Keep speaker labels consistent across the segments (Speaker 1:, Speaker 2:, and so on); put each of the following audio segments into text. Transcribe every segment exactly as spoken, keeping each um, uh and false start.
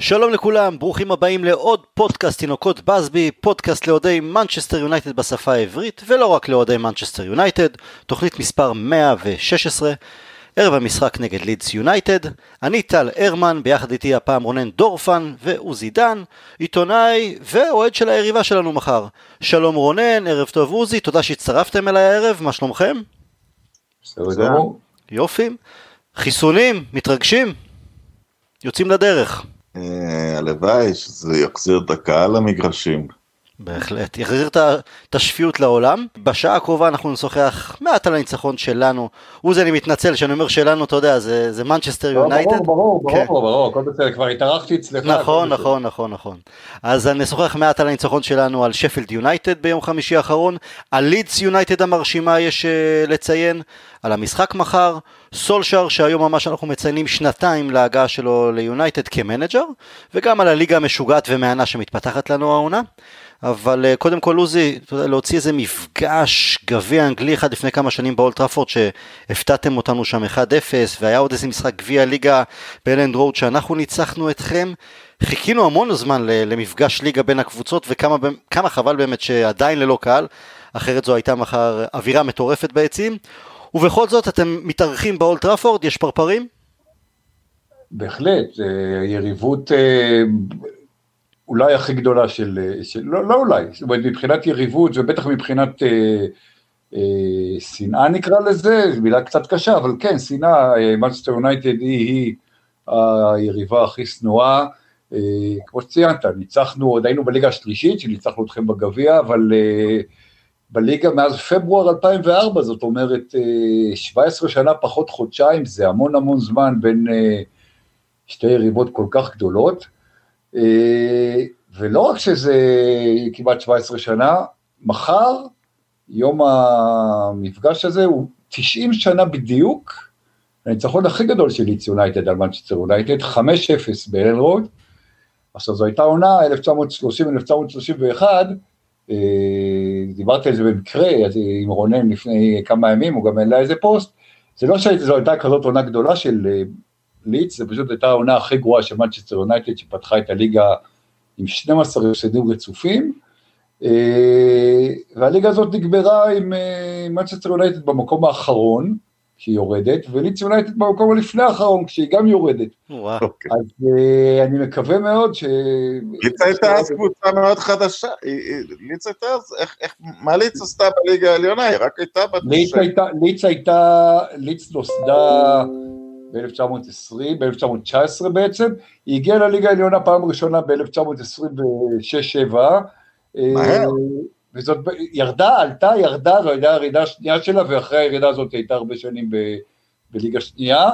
Speaker 1: שלום לכולם, ברוכים הבאים לעוד פודקאסט תינוקות בסבי, פודקאסט לאוהדי מנצ'סטר יונייטד בשפה העברית, ולא רק לאוהדי מנצ'סטר יונייטד, תוכנית מספר מאה ושש עשרה, ערב המשחק נגד לידס יונייטד. אני טל הרמן, ביחד איתי הפעם רונן דורפן ועוזי דן, עיתונאי ואוהד של היריבה שלנו מחר. שלום רונן, ערב טוב עוזי, תודה שהצטרפתם אליי הערב, מה שלומכם?
Speaker 2: בסדר.
Speaker 1: יופי. חיסונים, מתרגשים? יוצאים לדרך.
Speaker 2: הלוואי שזה יחזיר את הקהל למגרשים.
Speaker 1: בהחלט, יחזיר את השפיות לעולם. בשעה הקרובה אנחנו נשוחח מעט על הניצחון שלנו. עוזי, אני מתנצל שאני אומר שלנו, אתה יודע, זה, זה מנצ'סטר יונייטד.
Speaker 3: ברור, ברור, ברור, ברור, הכל בסדר, כבר התארחתי אצלך.
Speaker 1: נכון, נכון, נכון, נכון. אז אני נשוחח מעט על הניצחון שלנו על שפילד יונייטד ביום חמישי האחרון, על לידס יונייטד המרשימה יש לציין, על המשחק מחר, סולשר שהיום ממש אנחנו מציינים שנתיים להגעה שלו ליונייטד כמנג'ר, וגם על הליגה המשוגעת ומענה שמתפתחת לנו העונה. אבל קודם כל עוזי, להוציא איזה מפגש גביע אנגלי אחד לפני כמה שנים באולד טראפורד שהפתעתם אותנו שם אחד אפס, והיה עוד איזה משחק גביע ליגה באלנד רוד שאנחנו ניצחנו אתכם. חיכינו המון זמן למפגש ליגה בין הקבוצות, וכמה חבל באמת שעדיין ללא קהל, אחרת זו הייתה מחר אווירה מטורפת ביציעים. ובכל זאת אתם מתארחים באולד טראפורד, יש פרפרים?
Speaker 3: בהחלט, יריבות אולי הכי גדולה של, של לא, לא אולי, זאת אומרת מבחינת יריבות ובטח מבחינת אה, אה, שנאה נקרא לזה, זו מילה קצת קשה, אבל כן, שנאה, מנצ'סטר יונייטד היא, היא היריבה הכי שנואה, אה, כמו שציינת, ניצחנו, עוד היינו בליגה השלישית, שניצחנו אתכם בגביע, אבל אה, בליגה מאז פברואר אלפיים וארבע, זאת אומרת, אה, שבע עשרה שנה פחות חודשיים, זה המון המון זמן בין אה, שתי יריבות כל כך גדולות, ולא רק שזה כמעט שבע עשרה שנה, מחר, יום המפגש הזה, הוא תשעים שנה בדיוק, הניצחון הכי גדול של לידס יונייטד על מנצ'סטר יונייטד, חמש אפס באלן רוד. עכשיו זו הייתה עונה, אלף תשע מאות שלושים עד אלף תשע מאות שלושים ואחת, דיברתי על זה במקרה, עם רונן לפני כמה ימים, הוא גם העלה איזה פוסט, זה לא שזו הייתה כזאת עונה גדולה של לידס, זה פשוט הייתה העונה הכי גרועה של מנצ'סטר יונייטד, שפתחה את הליגה עם שנים עשר הפסדים רצופים, והליגה הזאת נגברה עם מנצ'סטר יונייטד במקום האחרון, שהיא יורדת, ולידס יונייטד במקום הלפני האחרון, כשהיא גם יורדת. אז אני מקווה מאוד ש...
Speaker 2: לידס הייתה אז קבוצה מאוד חדשה, לידס הייתה אז, מה לידס עשתה בליגה העליונה? היא רק הייתה...
Speaker 3: לידס הייתה, לידס נוסדה... ב-אלף תשע מאות עשרים, ב-אלף תשע מאות תשע עשרה בעצם, היא הגיעה לליגה העליונה פעם ראשונה ב-אלף תשע מאות עשרים ושש שבע, וזאת ירדה, עלתה, ירדה, זו הייתה הירידה השנייה שלה, ואחרי הירידה הזאת הייתה הרבה שנים ב- בליגה שנייה,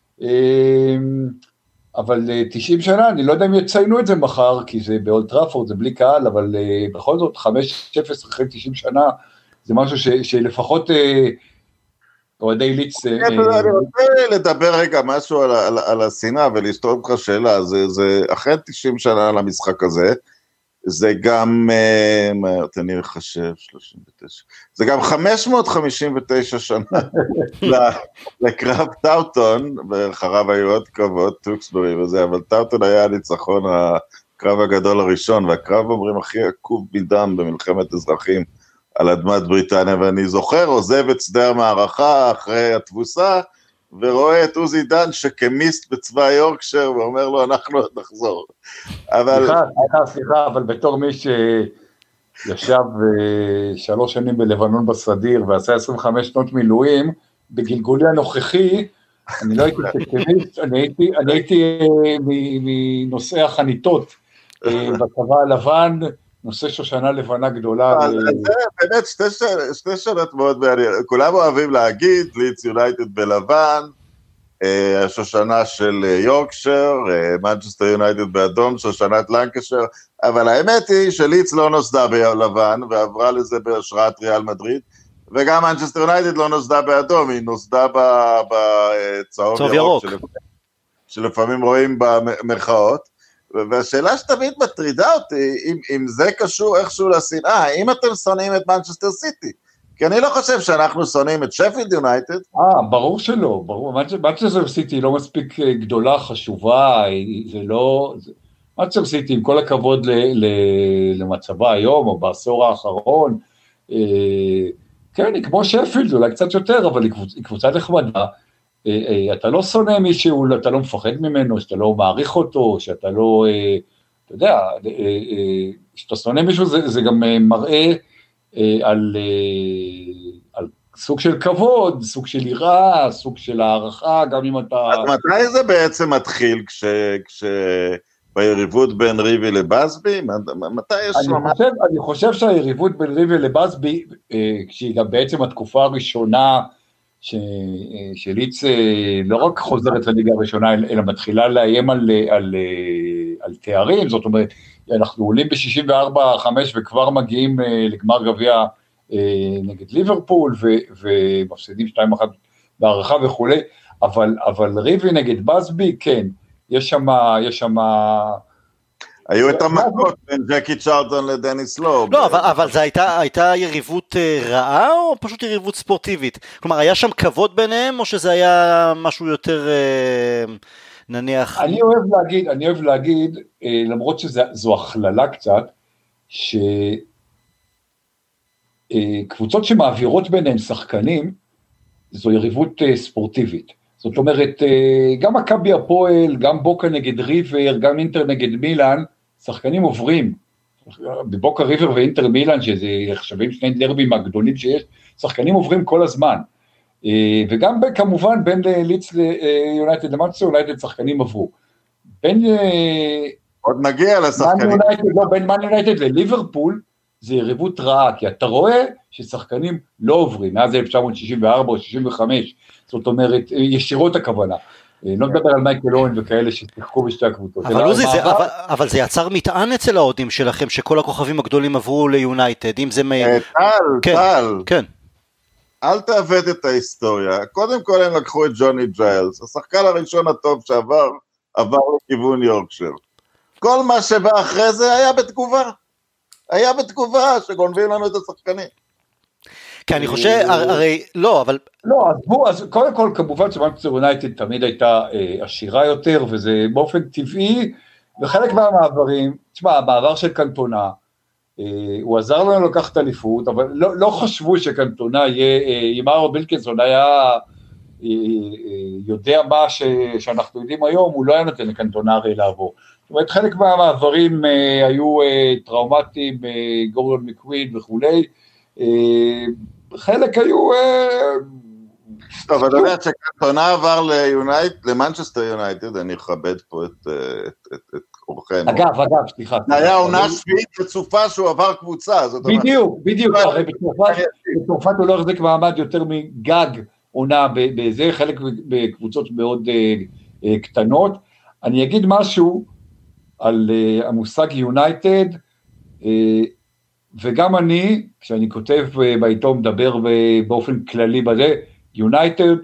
Speaker 3: אבל תשעים שנה, אני לא יודע אם יציינו את זה מחר, כי זה באולד טראפורד, זה בלי קהל, אבל בכל זאת, חמש אפס אחרי תשעים שנה, זה משהו ש- שלפחות... אוהדי לידס...
Speaker 2: אני רוצה לדבר רגע משהו על השנאה ולשאול אותך שאלה, זה אחרי תשעים שנה על המשחק הזה, זה גם, תן לי לחשב, שלושים ותשע, זה גם חמש מאות חמישים ותשע שנה לקרב טאוטון, ואחריו היו עוד קרבות, טוקסברי וזה, אבל טאוטון היה הניצחון הקרב הגדול הראשון, והקרב אומרים הכי עקוב מדם במלחמת אזרחים, על אדמת בריטניה, ואני זוכר, עוזב את שדה המערכה אחרי התבוסה, ורואה את עוזי דן שכמיסט בצבא יורקשר, ואומר לו, אנחנו עוד נחזור. אבל...
Speaker 3: סליחה, סליחה, סליחה, אבל בתור מי שישב שלוש שנים בלבנון בסדיר, ועשה עשרים וחמש שנות מילואים, בגלגולי הנוכחי, אני לא הייתי כמיסט, אני הייתי מנושאי החניתות, בצבא הלבן, נושא שושנה לבנה גדולה.
Speaker 2: זה באמת שתי שנות מאוד מעניין, כולם אוהבים להגיד, לידס יונייטד בלבן, השושנה של יורקשר, מנצ'סטר יונייטד באדום, שושנת לנקשר, אבל האמת היא שלידס לא נוסדה בלבן, ועברה לזה בהשראת ריאל מדריד, וגם מנצ'סטר יונייטד לא נוסדה באדום, היא נוסדה בצהוב ירוק, שלפעמים רואים במרכאות, והשאלה שתמיד מטרידה אותי, אם, אם זה קשור איכשהו לשנאה, האם אתם שונאים את מנצ'סטר סיטי? כי אני לא חושב שאנחנו שונאים את שפילד יונייטד.
Speaker 3: אה, ברור שלא, ברור, מנצ'סטר סיטי היא לא מספיק גדולה, חשובה, זה לא, זה, מנצ'סטר סיטי, עם כל הכבוד ל, ל, למצבה היום, או בעשור האחרון, אה, כן, היא כמו שפילד, אולי קצת יותר, אבל היא קבוצה, היא קבוצה נחמדה, אה, אה, אתה לא שונא מישהו, אתה לא מפחד ממנו, שאתה לא מעריך אותו, שאתה לא, אה, אתה יודע, אה, אה, שאתה שונא מישהו, זה, זה גם אה, מראה אה, על, אה, על סוג של כבוד, סוג של יראה, סוג של הערכה, גם אם אתה...
Speaker 2: אז מתי זה בעצם מתחיל, כש... כש... ביריבות בין ריבי לבאזבי? מתי יש...
Speaker 3: אני, ממש... חושב, אני חושב שהיריבות בין ריבי לבאזבי, כשהיא גם בעצם התקופה הראשונה, ש... שליץ לא רק חוזרת לליגה הראשונה, אלא מתחילה לאיים על, על, על תארים, זאת אומרת, אנחנו עולים ב-שישים וארבע חמש וכבר מגיעים לגמר גביע נגד ליברפול, ו... ומפסידים שתיים אחת בהערכה וכו', אבל, אבל ריבי נגד באזבי, כן, יש שם, יש שם...
Speaker 2: היו את המכות בין ג'קי צ'ארטון לדניס לוב.
Speaker 1: לא, אבל, אבל זו הייתה, הייתה יריבות רעה או פשוט יריבות ספורטיבית? כלומר, היה שם כבוד ביניהם או שזה היה משהו יותר נניח...
Speaker 3: אני אוהב להגיד, אני אוהב להגיד, למרות שזו הכללה קצת, שקבוצות שמעבירות ביניהם שחקנים, זו יריבות ספורטיבית. זאת אומרת, גם מכבי הפועל, גם בוקה נגד ריבר, גם אינטר נגד מילאן, שחקנים עוברים, בבוקה ריבר ואינטר מילאן, שזה חשבים שני דרבים הגדולים שיש, שחקנים עוברים כל הזמן, וגם כמובן בין ליץ ליונייטד למנצ'סטר יונייטד שחקנים עברו, בין...
Speaker 2: עוד נגיע לשחקנים.
Speaker 3: לא, בין מן יונייטד לליברפול, זה יריבות רעה, כי אתה רואה ששחקנים לא עוברים, מאז אלף תשע מאות שישים וארבע או שישים וחמש, זאת אומרת, ישירות הכוונה, לא מדבר על מייקל אוהן וכאלה שתחקו בשתי הקבוצות.
Speaker 1: אבל, זה, זה, אבל, אבל זה יצר מטען אצל האוהדים שלכם, שכל הכוכבים הגדולים עברו ליונייטד, אם זה...
Speaker 2: טל,
Speaker 1: כן,
Speaker 2: טל,
Speaker 1: כן.
Speaker 2: אל תעוות את ההיסטוריה, קודם כל הם לקחו את ג'וני ג'יילס, השחקן הראשון הטוב שעבר, עבר לכיוון יורקשר. כל מה שבא אחרי זה היה בתגובה. היה בתגובה שגונבים לנו את השחקנים.
Speaker 1: כי אני חושב, הרי, לא, אבל...
Speaker 3: לא, אז בוא, אז קודם כל, כמובן שמנצ'סטר יונייטד תמיד הייתה עשירה יותר, וזה באופן טבעי, וחלק מהמעברים, תשמע, המעבר של קנטונה, הוא עזר לנו לקחת אליפות, אבל לא, לא חשבו שקנטונה יהיה, אם אהרון וילקינסון היה יודע מה ש, שאנחנו יודעים היום, הוא לא היה נותן לקנטונה הרי לעבור. זאת אומרת, חלק מהמעברים היו טראומטיים, גורדון מקווין וכולי, חלק היו...
Speaker 2: טוב, אני יודע שקנטונה עבר ליונייטד, למנצ'סטר יונייטד, אני אכבד פה את אורחנו.
Speaker 3: אגב, אגב, סליחה.
Speaker 2: זה היה עונה שביעית רצופה שהוא עבר קבוצה.
Speaker 3: בדיוק, בדיוק, הרי בצרפת הוא לא החזיק מעמד יותר מגג עונה בזה, חלק בקבוצות מאוד קטנות. אני אגיד משהו על המושג יונייטד, וגם אני, כשאני כותב בעיתון, מדבר באופן כללי בזה, יונייטד,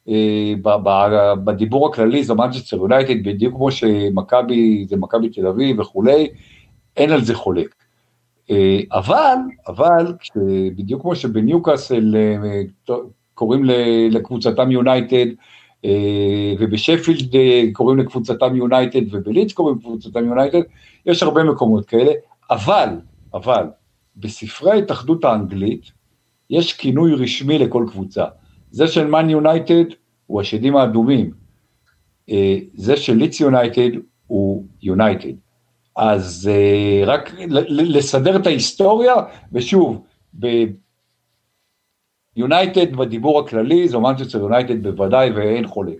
Speaker 3: בדיבור הכללי זה מנצ'סטר יונייטד, בדיוק כמו שמכבי, זה מכבי תל אביב וכולי, אין על זה חולק. אבל, אבל, בדיוק כמו שבניוקאסל קוראים לקבוצתם יונייטד, ובשפילד קוראים לקבוצתם יונייטד, ובליץ קוראים לקבוצתם יונייטד, יש הרבה מקומות כאלה, אבל, אבל, בספרי ההתאחדות האנגלית, יש כינוי רשמי לכל קבוצה. זה של מן יונייטד הוא השדים האדומים, זה של ליץ יונייטד הוא יונייטד. אז רק לסדר את ההיסטוריה, ושוב, ביונייטד בדיבור הכללי, זו מנצ'סטר יונייטד בוודאי ואין חולק.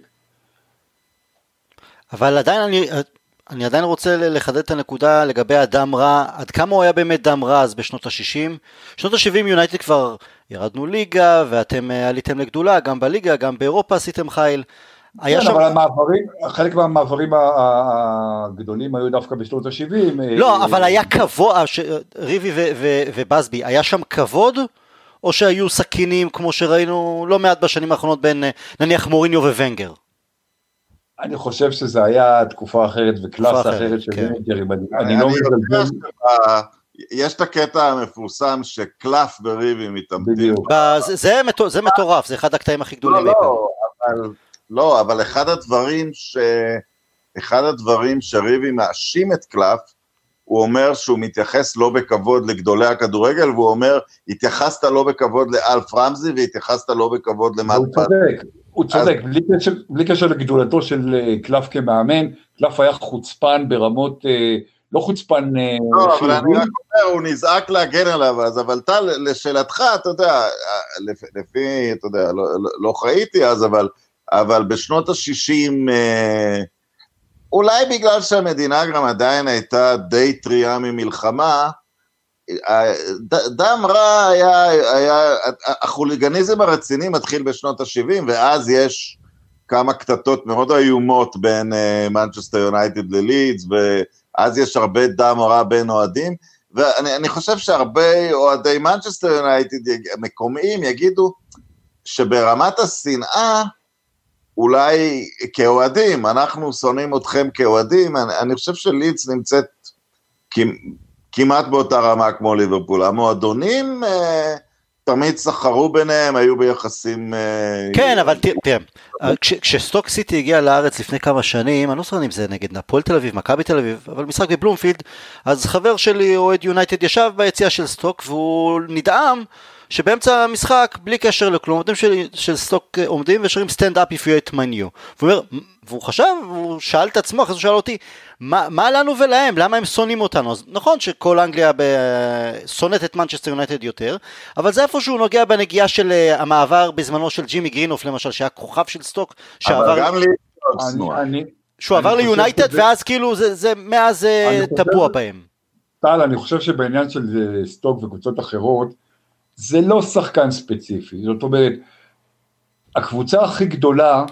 Speaker 1: אבל עדיין אני... אני עדיין רוצה לחדד את הנקודה לגבי אדם רע, עד כמה הוא היה באמת דם רע אז בשנות ה-שישים, שנות ה-שבעים יונייטד כבר ירדנו ליגה, ואתם עליתם לגדולה, גם בליגה, גם באירופה עשיתם חייל.
Speaker 3: כן, שם... אבל המעברים, חלק מהמעברים הגדולים היו דווקא בשנות ה-שבעים.
Speaker 1: לא, אבל היה כבוד, ריבי ובאזבי, היה שם כבוד, או שהיו סכינים כמו שראינו לא מעט בשנים האחרונות בין נניח מוריניו וונגר?
Speaker 3: אני חושב שזה היה תקופה אחרת וקלאס אחרת של מנג'רים, אני לא מזלזל.
Speaker 2: יש את הקטע המפורסם שקלף בריבי מתאמתים.
Speaker 1: זה מטורף, זה אחד הקטעים הכי גדולים.
Speaker 2: לא, אבל אחד הדברים אחד הדברים שריבי מאשים את קלף, הוא אומר שהוא מתייחס לא בכבוד לגדולי הכדורגל, והוא אומר, התייחסת לא בכבוד לאלף רמזי, והתייחסת לא בכבוד למט
Speaker 3: הוא צודק, הוא צודק, אז... בלי, קשר, בלי קשר לגדולתו של קלף כמאמן, קלף היה חוצפן ברמות, לא חוצפן...
Speaker 2: לא, אבל אני רק אומר, הוא נזעק להגן עליו, אז אבל אתה, לשאלתך, אתה יודע, לפי, אתה יודע, לא, לא חייתי אז, אבל, אבל בשנות ה-שישים, אולי בגלל שהמדינה גם עדיין הייתה די טריה ממלחמה, דם רע היה, היה, החוליגניזם הרציני מתחיל בשנות ה-שבעים, ואז יש כמה קטטות מאוד איומות בין מנצ'סטר יונייטד ללידס, ואז יש הרבה דם רע בין אוהדים, ואני אני חושב שהרבה אוהדי מנצ'סטר יונייטד מקומיים יגידו שברמת השנאה, אולי כאוהדים, אנחנו שונאים אתכם כאוהדים, אני, אני חושב שלידס נמצאת כמעט באותה רמה כמו ליברפול, המועדונים אה, תמיד שחרו ביניהם, היו ביחסים... אה,
Speaker 1: כן, אבל תראה, כש, כשסטוק סיטי הגיע לארץ לפני כמה שנים, אני לא זוכר אם זה נגד הפועל תל אביב, מכבי תל אביב, אבל משחק בבלומפילד, אז חבר שלי אוהד יונייטד ישב ביציאה של סטוק, והוא נדהם, שבאמצע המשחק, בלי קשר לכלום, עומדים של, של סטוק עומדים ושרים stand up if you hate my new. והוא אומר, והוא חשב, הוא שאל את עצמו, אחרי זה שאל אותי, מה, מה לנו ולהם? למה הם שונאים אותנו? אז נכון שכל אנגליה שונאת את מנצ'סטר יונייטד יותר, אבל זה איפה שהוא נוגע בנגיעה של המעבר בזמנו של ג'ימי גרינוף, למשל, שהיה כוכב של סטוק, שעבר...
Speaker 2: אבל גם לי...
Speaker 3: אני,
Speaker 1: שהוא עבר ליונייטד, ואז כאילו זה, זה מאז טבוע בהם.
Speaker 3: טל, אני חושב שבעניין של סטוק וקבוצות אחרות, זה לא שחקן ספציפי, זאת אומרת, הקבוצה הכי גדולה,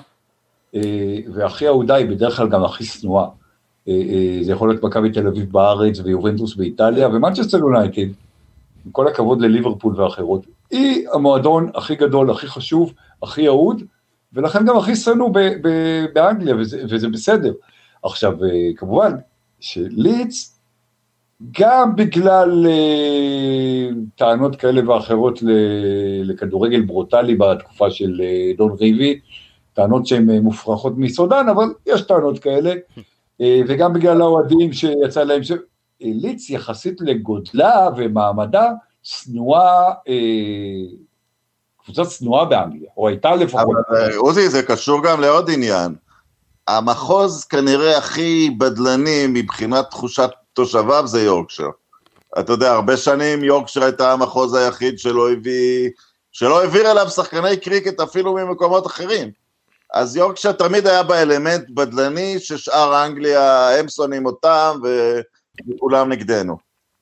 Speaker 3: והכי אהודה היא בדרך כלל גם הכי שנואה, זה יכול להיות מכבי תל אביב בארץ, ויובנטוס באיטליה, ומנצ'סטר יונייטד, עם כל הכבוד לליברפול ואחרות, היא המועדון הכי גדול, הכי חשוב, הכי אהוד, ולכן גם הכי שנוא באנגליה, וזה, וזה בסדר. עכשיו, כמובן, שלידס, גם בגלל uh, טענות כאלה ואחרות לכדורגל ברוטלי בתקופה של uh, דון ריבי, טענות שהן uh, מופרכות מיסודן, אבל יש טענות כאלה, uh, וגם בגלל האוהדים שיצא להם, ליץ יחסית לגודלה ומעמדה, סנועה, uh, קבוצה סנועה באנגליה, או הייתה לפחות.
Speaker 2: אבל עוזי, זה קשור גם לעוד עניין, המחוז כנראה הכי בדלני מבחינת תחושת תושביו זה יורקשר. אתה יודע, הרבה שנים יורקשר הייתה המחוז היחיד שלא הביא, שלא העביר אליו שחקני קריקט אפילו ממקומות אחרים. אז יורקשר תמיד היה באלמנט בדלני ששאר אנגליה הם שונאים אותם וכולם נגדנו.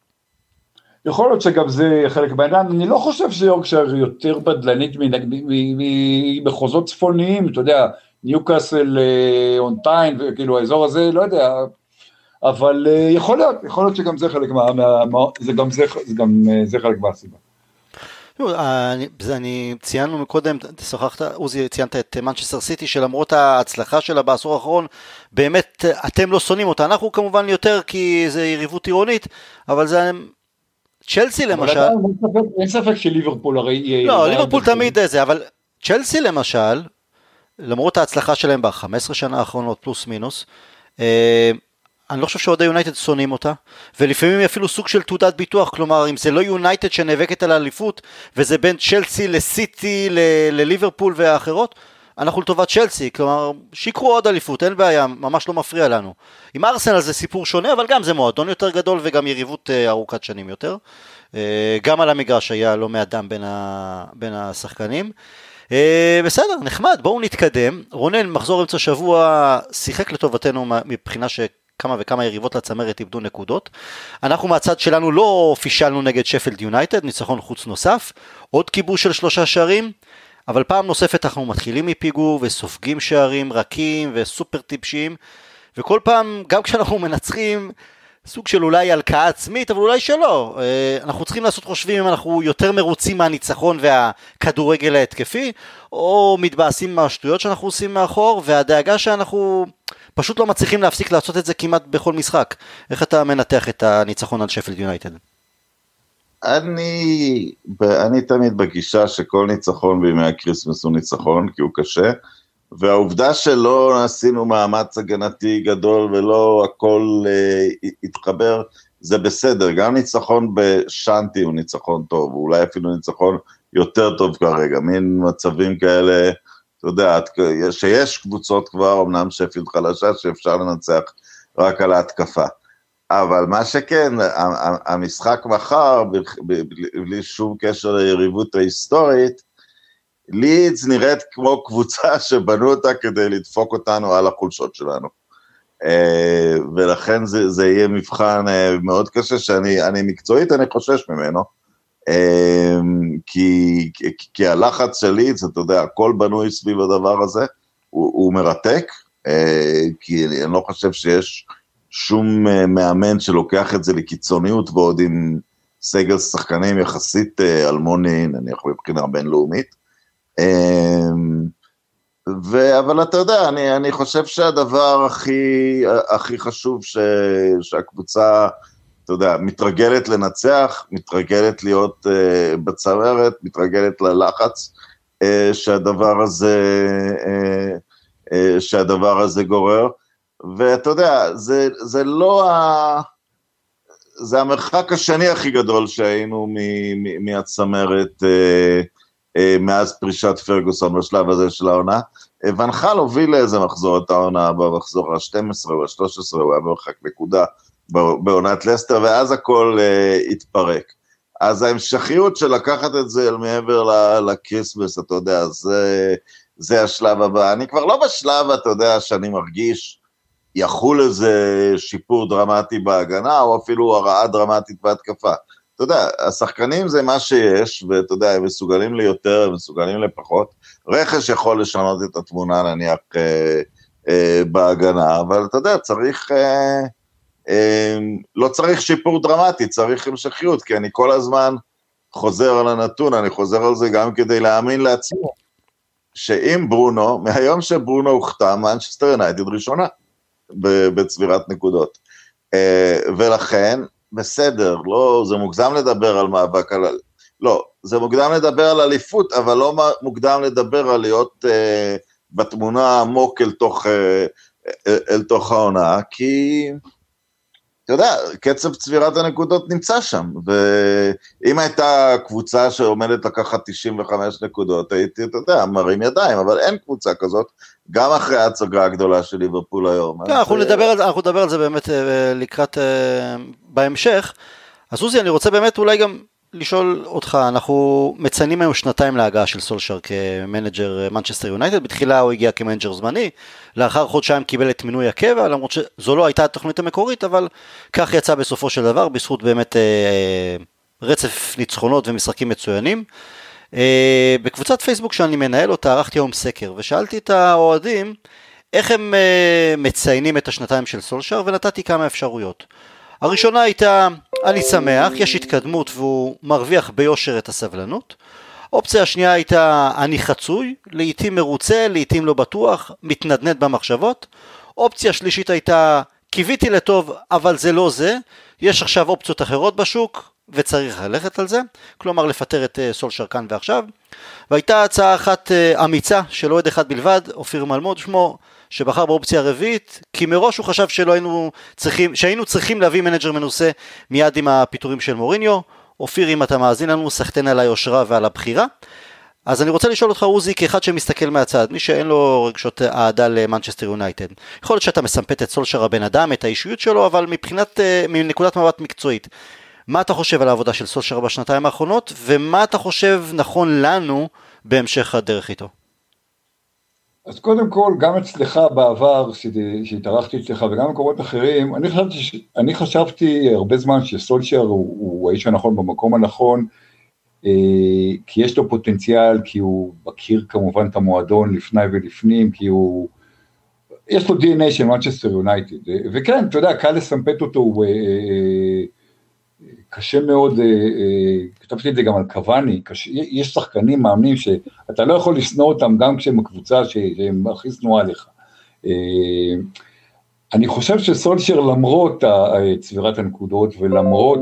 Speaker 3: יכול להיות שגם זה חלק בעניין, אני לא חושב שיורקשר יותר בדלנית ממחוזות צפוניים, אתה יודע, ניוקאסל, אונטיין, וכאילו האזור הזה, לא יודע, אבל יכול להיות, יכול להיות שגם זה חלק מה, מה, זה גם זה, זה גם זה חלק מהסיבה.
Speaker 1: אני ציינו מקודם, שוחחת, עוזי, ציינת את מנצ'סטר סיטי, שלמרות ההצלחה שלה בעשור האחרון, באמת אתם לא שונאים אותה, אנחנו כמובן יותר כי זה יריבות עירונית, אבל זה צ'לסי למשל.
Speaker 3: אין ספק שליברפול הרי...
Speaker 1: לא, ליברפול תמיד זה, אבל צ'לסי למשל, למרות ההצלחה שלהם ב-חמש עשרה שנה האחרונות פלוס מינוס, אני לא חושב שעוד היונייטד שונאים אותה, ולפעמים אפילו סוג של תעודת ביטוח, כלומר, אם זה לא יונייטד שנאבקת על האליפות, וזה בין צ'לסי לסיטי, לליברפול והאחרות, אנחנו לטובת צ'לסי, כלומר, שיקרו עוד אליפות, אין בעיה, ממש לא מפריע לנו. עם ארסנל זה סיפור שונה, אבל גם זה מועדון יותר גדול, וגם יריבות ארוכת שנים יותר. גם על המגרש היה לא מאדם בין, ה... בין השחקנים. בסדר, נחמד, בואו נתקדם. רונן, מחזור אמצע שבוע, שיחק לטובתנו מבחינה ש... כמה וכמה יריבות לצמרת איבדו נקודות. אנחנו מהצד שלנו לא פישלנו נגד שפילד יונייטד, ניצחון חוץ נוסף, עוד כיבוש של שלושה שערים, אבל פעם נוספת אנחנו מתחילים מפיגור וסופגים שערים רכים וסופר טיפשיים, וכל פעם, גם כשאנחנו מנצחים, סוג של אולי הלקאה עצמית, אבל אולי שלא. אנחנו צריכים לעשות חושבים אם אנחנו יותר מרוצים מהניצחון והכדורגל ההתקפי, או מתבאסים מהשטויות שאנחנו עושים מאחור, והדאגה שאנחנו פשוט לא מצליחים להפסיק לעשות את זה כמעט בכל משחק. איך אתה מנתח את הניצחון על שפילד יונייטד?
Speaker 2: אני, אני תמיד בגישה שכל ניצחון בימי הקריסמס הוא ניצחון, כי הוא קשה, והעובדה שלא עשינו מאמץ הגנתי גדול ולא הכל uh, התחבר, זה בסדר, גם ניצחון בשנטי הוא ניצחון טוב, ואולי אפילו ניצחון יותר טוב כרגע, מין מצבים כאלה, אתה יודע, שיש קבוצות כבר, אמנם שפילד חלשה, שאפשר לנצח רק על ההתקפה. אבל מה שכן, המשחק מחר, בלי שום קשר ליריבות ההיסטורית, לידס נראית כמו קבוצה שבנו אותה כדי לדפוק אותנו על החולשות שלנו. ולכן זה, זה יהיה מבחן מאוד קשה, שאני אני מקצועית, אני חושש ממנו, כי, כי, כי הלחץ של לידס, אתה יודע, הכל בנוי סביב הדבר הזה, הוא, הוא מרתק, כי אני לא חושב שיש שום מאמן שלוקח את זה לקיצוניות, ועוד עם סגל שחקנים יחסית אלמוני, נניח מבחינה בינלאומית, ו, אבל אתה יודע, אני, אני חושב שהדבר הכי, הכי חשוב ש, שהקבוצה, אתה יודע, מתרגלת לנצח, מתרגלת להיות uh, בצמרת, מתרגלת ללחץ, uh, שהדבר הזה, uh, uh, שהדבר הזה גורר, ואתה יודע, זה, זה לא ה... זה המרחק השני הכי גדול שהיינו מ, מ, מהצמרת, uh, uh, מאז פרישת פרגוסון בשלב הזה של העונה, ונחל הוביל לאיזה מחזור את העונה, במחזור ה-שתים עשרה או ה-שלוש עשרה, הוא היה מרחק נקודה, בעונת לסטר, ואז הכל uh, התפרק. אז ההמשכיות של לקחת את זה אל מעבר לקריסמס, אתה יודע, זה, זה השלב הבא. אני כבר לא בשלב, אתה יודע, שאני מרגיש, יחול איזה שיפור דרמטי בהגנה, או אפילו הרעה דרמטית בהתקפה. אתה יודע, השחקנים זה מה שיש, ואתה יודע, הם מסוגלים ליותר, הם מסוגלים לפחות. רכש יכול לשנות את התמונה, נניח, אה, אה, בהגנה, אבל אתה יודע, צריך... אה, לא צריך שיפור דרמטי, צריך המשכיות, כי אני כל הזמן חוזר על הנתון, אני חוזר על זה גם כדי להאמין לעצמו, שאם ברונו, מהיום שברונו הוחתם, מנצ'סטר יונייטד ראשונה, בצבירת נקודות, ולכן, בסדר, לא, זה מוקדם לדבר על מאבק, על, לא, זה מוקדם לדבר על אליפות, אבל לא מוקדם לדבר על להיות בתמונה עמוק אל תוך, אל תוך העונה, כי... אתה יודע, קצב צבירת הנקודות נמצא שם, ואם הייתה קבוצה שעומדת לקחת תשעים וחמש נקודות, הייתי, אתה יודע, מרים ידיים, אבל אין קבוצה כזאת, גם אחרי ההצגה הגדולה של ליברפול היום.
Speaker 1: אנחנו נדבר על זה באמת לקראת בהמשך, אז עוזי, אני רוצה באמת אולי גם לשאול אותך, אנחנו מציינים היום שנתיים להגעה של סולשר כמנג'ר מנצ'סטר יונייטד, בתחילה הוא הגיע כמנג'ר זמני, לאחר חודשיים קיבל את מינוי הקבע, למרות שזו לא הייתה התוכנית המקורית, אבל כך יצא בסופו של דבר, בזכות באמת אה, רצף ניצחונות ומשחקים מצוינים. אה, בקבוצת פייסבוק שאני מנהל אותה, ערכתי היום סקר, ושאלתי את האוהדים, איך הם אה, מציינים את השנתיים של סולשר, ונתתי כמה אפשרויות. הראשונה הייתה, אני שמח, יש התקדמות והוא מרוויח ביושר את הסבלנות. אופציה השנייה הייתה, אני חצוי, לעתים מרוצה, לעתים לא בטוח, מתנדנד במחשבות. אופציה שלישית הייתה, קיוויתי לטוב, אבל זה לא זה, יש עכשיו אופציות אחרות בשוק, וצריך ללכת על זה, כלומר לפטר את סולשר כאן ועכשיו. והייתה הצעה אחת אמיצה, של אוהד אחד בלבד, אופיר מלמוד שמו, שבחר באופציה הרביעית, כי מראש הוא חשב שלא היינו צריכים, שהיינו צריכים להביא מנג'ר מנוסה מיד עם הפיטורים של מוריניו. אופיר, אם אתה מאזין לנו, סחטן על היושרה ועל הבחירה. אז אני רוצה לשאול אותך, עוזי, כאחד שמסתכל מהצד, מי שאין לו רגשות אהדה למנצ'סטר יונייטד, יכול להיות שאתה מסמפת את סולשר הבן אדם, את האישיות שלו, אבל מבחינת, מנקודת מבט מקצועית, מה אתה חושב על העבודה של סולשר בשנתיים האחרונות, ומה אתה חושב נכון לנו בהמשך הדרך איתו?
Speaker 3: אז קודם כל, גם אצלך בעבר, שהתארחתי אצלך, וגם במקומות אחרים, אני חשבתי, אני חשבתי הרבה זמן שסולשר הוא, הוא האיש הנכון במקום הנכון, כי יש לו פוטנציאל, כי הוא מכיר כמובן את המועדון לפני ולפנים, כי הוא, יש לו די אן איי של מנצ'סטר יונייטד, וכן, אתה יודע, קל לסמפת אותו, הוא קשה מאוד, כתבתי את זה גם על קוואני, יש שחקנים מאמנים שאתה לא יכול לשנוא אותם גם כשהם הקבוצה שהם הכי שנואה לך. אני חושב שסולשר למרות צבירת הנקודות ולמרות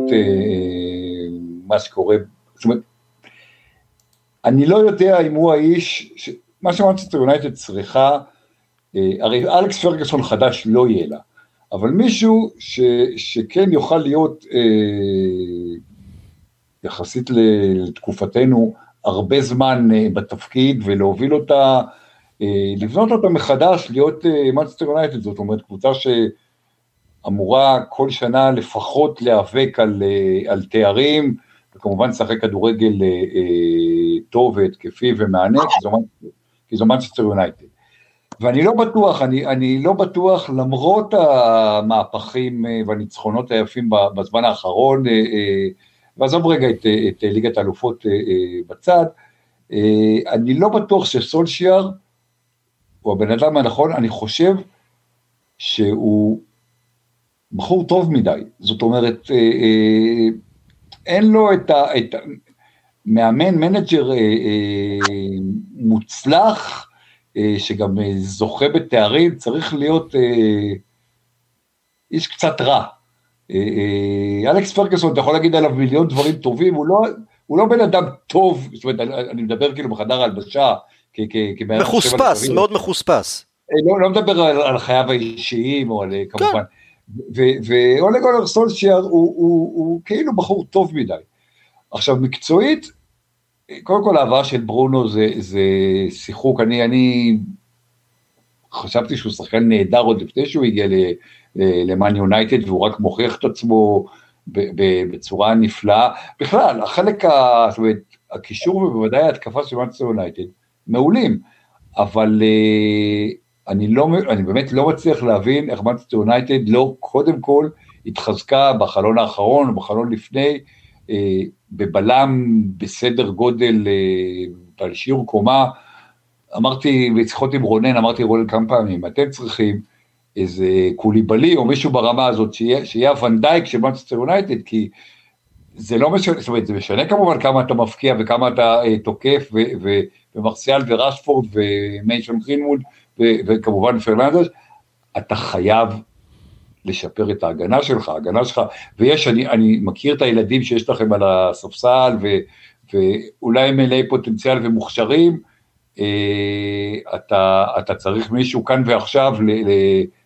Speaker 3: מה שקורה, זאת אומרת, אני לא יודע אם הוא האיש, מה שמנצ'סטר יונייטד צריכה, הרי אלכס פרגוסון חדש לא יהיה לה, אבל מישהו ש, שכן יוכל להיות אה, יחסית לתקופתנו הרבה זמן אה, בתפקיד ולהוביל אותה, אה, לבנות אותה מחדש, להיות אה, מנצ'סטר יונייטד, זאת אומרת קבוצה שאמורה כל שנה לפחות להיאבק על, אה, על תארים, וכמובן לשחק כדורגל אה, אה, טוב והתקפי ומענה, כי זו מנצ'סטר יונייטד. ואני לא בטוח, אני, אני לא בטוח, למרות המהפכים והניצחונות היפים בזמן האחרון, ועזוב רגע את, את ליגת האלופות בצד, אני לא בטוח שסולשייר הוא הבן אדם הנכון, אני חושב שהוא בחור טוב מדי, זאת אומרת, אין לו את ה... את, מאמן, מנג'ר מוצלח, שגם זוכה בתארים, צריך להיות איש קצת רע. אלכס פרגוסון, אתה יכול להגיד עליו מיליון דברים טובים, הוא לא, הוא לא בן אדם טוב, זאת אומרת, אני מדבר כאילו בחדר ההלבשה,
Speaker 1: מחוספס, מאוד מחוספס.
Speaker 3: לא, לא מדבר על, על חייו האישיים, או על, כמובן. ואולה גונר סולשייר, הוא, הוא, הוא כאילו בחור טוב מדי. עכשיו, מקצועית, קודם כל ההבאה של ברונו זה, זה שיחוק, אני, אני חשבתי שהוא שחקן נהדר עוד לפני שהוא הגיע למאן יונייטד, והוא רק מוכיח את עצמו בצורה נפלאה. בכלל, החלק, ה, זאת אומרת, הקישור ובוודאי ההתקפה של מנצ'סטר יונייטד, מעולים, אבל אני, לא, אני באמת לא מצליח להבין איך מנצ'סטר יונייטד לא קודם כל התחזקה בחלון האחרון או בחלון לפני, בבלם בסדר גודל, על שיעור קומה, אמרתי, בשיחות עם רונן, אמרתי רונן כמה פעמים, אתם צריכים איזה קוליבלי או מישהו ברמה הזאת, שיהיה, שיהיה הוונדייק של מנצ'סטר יונייטד, כי זה לא משנה, זאת אומרת, זה משנה כמובן כמה אתה מפקיע וכמה אתה uh, תוקף, ו, ו, ומרסיאל ורשפורד ומיישון גרינווד, ו, וכמובן פרננדס, אתה חייב לשפר את ההגנה שלך, ההגנה שלך, ויש, אני, אני מכיר את הילדים שיש לכם על הספסל, ו, ואולי הם מלאי פוטנציאל ומוכשרים, אה, אתה, אתה צריך מישהו כאן ועכשיו ל, ל,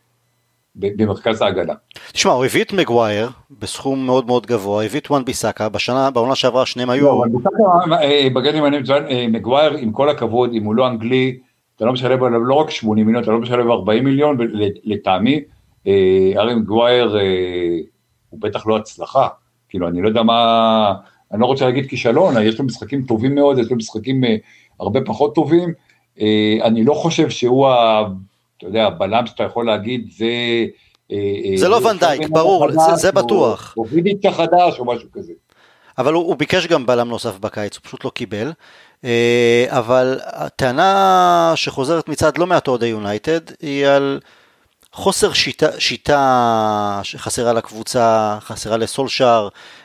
Speaker 3: במרכז ההגנה.
Speaker 1: תשמע, הוא הביא את מגווייר בסכום מאוד מאוד גבוה, הביא את וואן ביסאקה, בשנה, בעונה שעברה שניהם היו...
Speaker 3: לא, וואן ביסאקה, בגנים אני מצוין, מגווייר עם כל הכבוד, אם הוא לא אנגלי, אתה לא משלם עליו לא רק שמונים מיליון, אתה לא משלם ארבעים מיליון, לטעמי, ארי מגווייר הוא בטח לא הצלחה, כאילו אני לא יודע מה, אני לא רוצה להגיד כישלון, יש לו משחקים טובים מאוד, יש לו משחקים הרבה פחות טובים, אני לא חושב שהוא, אתה יודע, הבלם שאתה יכול להגיד, זה...
Speaker 1: זה לא ונדייק, ברור, זה בטוח.
Speaker 3: או וידיצ'ה חדש או משהו כזה.
Speaker 1: אבל הוא ביקש גם בלם נוסף בקיץ, הוא פשוט לא קיבל, אבל הטענה שחוזרת מצד לא מעט אוהדי יונייטד, היא על... חוסר שיטה, שיטה שחסרה לקבוצה, חסרה לסולשאר,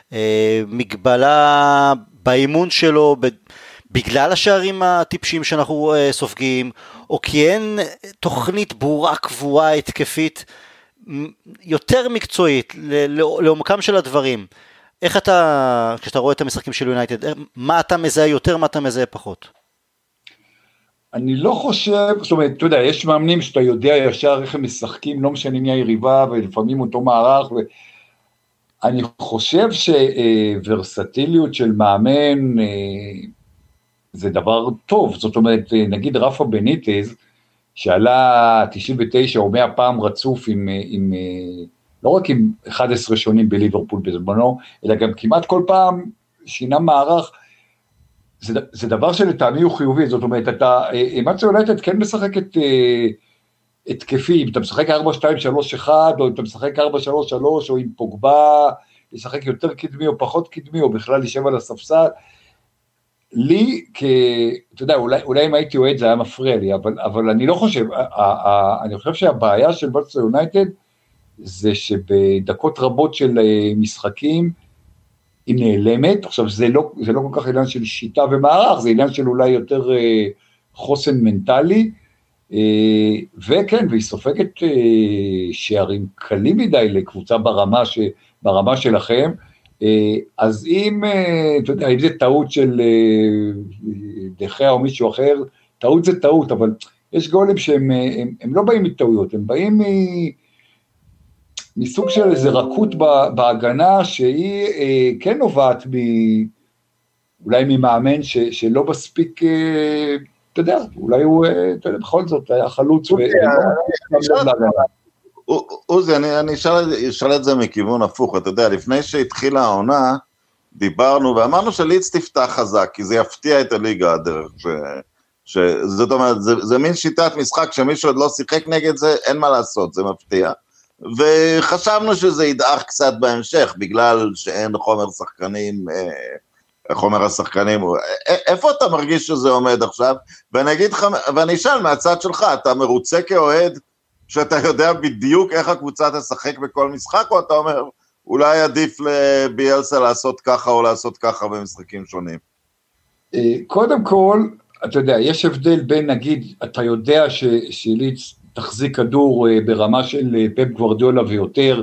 Speaker 1: מגבלה באימון שלו, בגלל השערים הטיפשים שאנחנו סופגים, או כי אין תוכנית ברורה, קבועה, התקפית, יותר מקצועית, לעומקם של הדברים. איך אתה, כשאתה רואה את המשחקים של יונייטד, מה אתה מזהה יותר, מה אתה מזהה פחות?
Speaker 3: אני לא חושב, זאת אומרת, אתה יודע, יש מאמנים שאתה יודע ישר איך הם משחקים, לא משנה מי היריבה, ולפעמים אותו מערך, ואני חושב שוורסטיליות של מאמן זה דבר טוב, זאת אומרת, נגיד רפה בניטז, שעלה תשעים ותשע או מאה פעם רצוף עם, עם, לא רק עם אחד עשר שונים בליברפול בזמנו, אלא גם כמעט כל פעם שינה מערך, זה, זה דבר שלטעמי הוא חיובי, זאת אומרת, אתה, מנצ'סטר יונייטד כן משחק את, את כפי, אם אתה משחק ארבע שתיים שלוש אחת, או אם אתה משחק ארבע שלוש שלוש, או עם פוגבה, לשחק יותר קדמי או פחות קדמי, או בכלל להישב על הספסל, לי, כ, אתה יודע, אולי, אולי אם הייתי אוהד זה היה מפריע לי, אבל, אבל אני לא חושב, ה, ה, אני חושב שהבעיה של מנצ'סטר יונייטד, זה שבדקות רבות של משחקים, היא נעלמת, עכשיו זה לא, זה לא כל כך עניין של שיטה ומערך, זה עניין של אולי יותר אה, חוסן מנטלי, אה, וכן, והיא סופגת אה, שערים קלים מדי לקבוצה ברמה, ש, ברמה שלכם, אה, אז אם, אה, אתה יודע, אם זה טעות של אה, דחיה או מישהו אחר, טעות זה טעות, אבל יש גולים שהם הם, הם לא באים מטעויות, הם באים מ... מסוג של איזה רכות בהגנה, שהיא אה, כן נובעת מ... אולי ממאמן ש, שלא מספיק, אה, אתה יודע, אולי הוא, אה, אתה יודע, בכל זאת, היה חלוץ,
Speaker 2: עוזי, אני אשאל את זה מכיוון הפוך, אתה יודע, לפני שהתחילה העונה, דיברנו ואמרנו שליץ תפתח חזק, כי זה יפתיע את הליגה הדרך, זאת אומרת, זה מין שיטת משחק, שמישהו עוד לא שיחק נגד זה, אין מה לעשות, זה מפתיע. וחשבנו שזה ידעך קצת בהמשך, בגלל שאין חומר שחקנים, חומר השחקנים, איפה אתה מרגיש שזה עומד עכשיו? ואני אגיד לך, ואני אשאל מהצד שלך, אתה מרוצה כאוהד, שאתה יודע בדיוק איך הקבוצה תשחק בכל משחק, או אתה אומר, אולי עדיף לביאלסה לעשות ככה, או לעשות ככה במשחקים שונים?
Speaker 3: קודם כל, אתה יודע, יש הבדל בין, נגיד, אתה יודע שליץ תחזיק כדור ברמה של פפ גוורדיולה ויותר,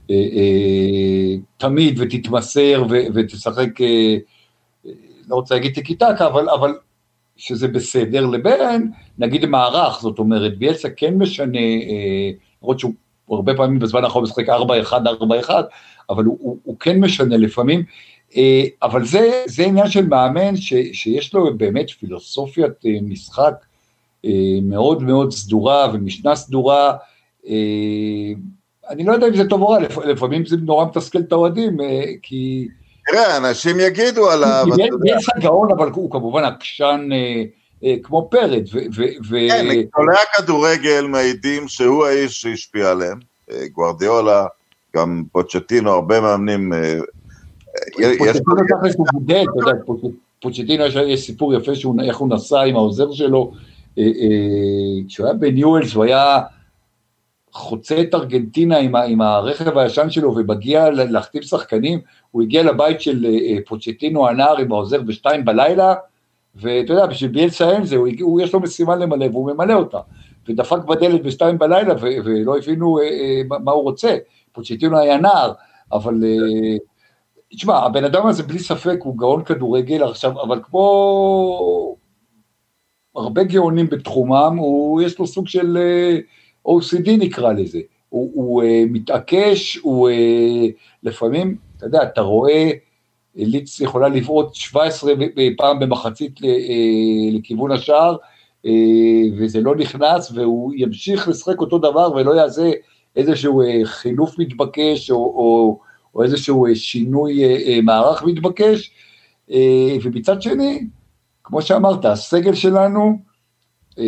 Speaker 3: תמיד ותתמסר ותשחק, לא רוצה להגיד טיקי-טקה, אבל, אבל שזה בסדר, לבין, נגיד מערך, זאת אומרת, ביאלסה כן משנה, למרות שהוא הרבה פעמים בזמן האחרון משחק ארבע אחד, ארבע אחד, אבל הוא, הוא, הוא כן משנה לפעמים, אבל זה, זה עניין של מאמן ש, שיש לו באמת פילוסופיית משחק מאוד מאוד סדורה ומשנה סדורה, אני לא יודע אם זה טוב או רע, לפעמים זה נורא מתסכל את האוהדים, כי...
Speaker 2: תראה, אנשים יגידו עליו...
Speaker 3: יש הגאון, אבל הוא כמובן עקשן כמו פרד.
Speaker 2: כן, גדולי הכדורגל מעידים שהוא האיש שהשפיע עליהם, גוארדיולה, גם פוצ'טינו, הרבה מאמנים...
Speaker 3: פוצ'טינו תכלס הוא גודל, אתה יודע, פוצ'טינו יש סיפור יפה, איך הוא נסע עם העוזר שלו, כשהוא היה בניואלס, הוא היה חוצה את ארגנטינה עם, עם הרכב הישן שלו, ובגיע להחתים שחקנים, הוא הגיע לבית של פוצ'טינו הנער עם העוזר בשתיים בלילה, ואתה יודע, בשביל ביאלסה אין זה, הוא, הוא יש לו משימה למלא, והוא ממלא אותה, ודפק בדלת בשתיים בלילה, ו, ולא הבינו מה הוא רוצה, פוצ'טינו היה נער, אבל, תשמע, הבן אדם הזה בלי ספק, הוא גאון כדורגל עכשיו, אבל כמו... הרבה גאונים בתחומם, הוא, יש לו סוג של או סי די נקרא לזה, הוא, הוא uh, מתעקש, הוא uh, לפעמים, אתה יודע, אתה רואה, ליץ יכולה לבעוט שבע עשרה פעם במחצית uh, לכיוון השער, uh, וזה לא נכנס, והוא ימשיך לשחק אותו דבר, ולא יעשה איזשהו uh, חילוף מתבקש, או, או, או איזשהו uh, שינוי uh, uh, מערך מתבקש, uh, ומצד שני, כמו שאמרת, הסגל שלנו, אה,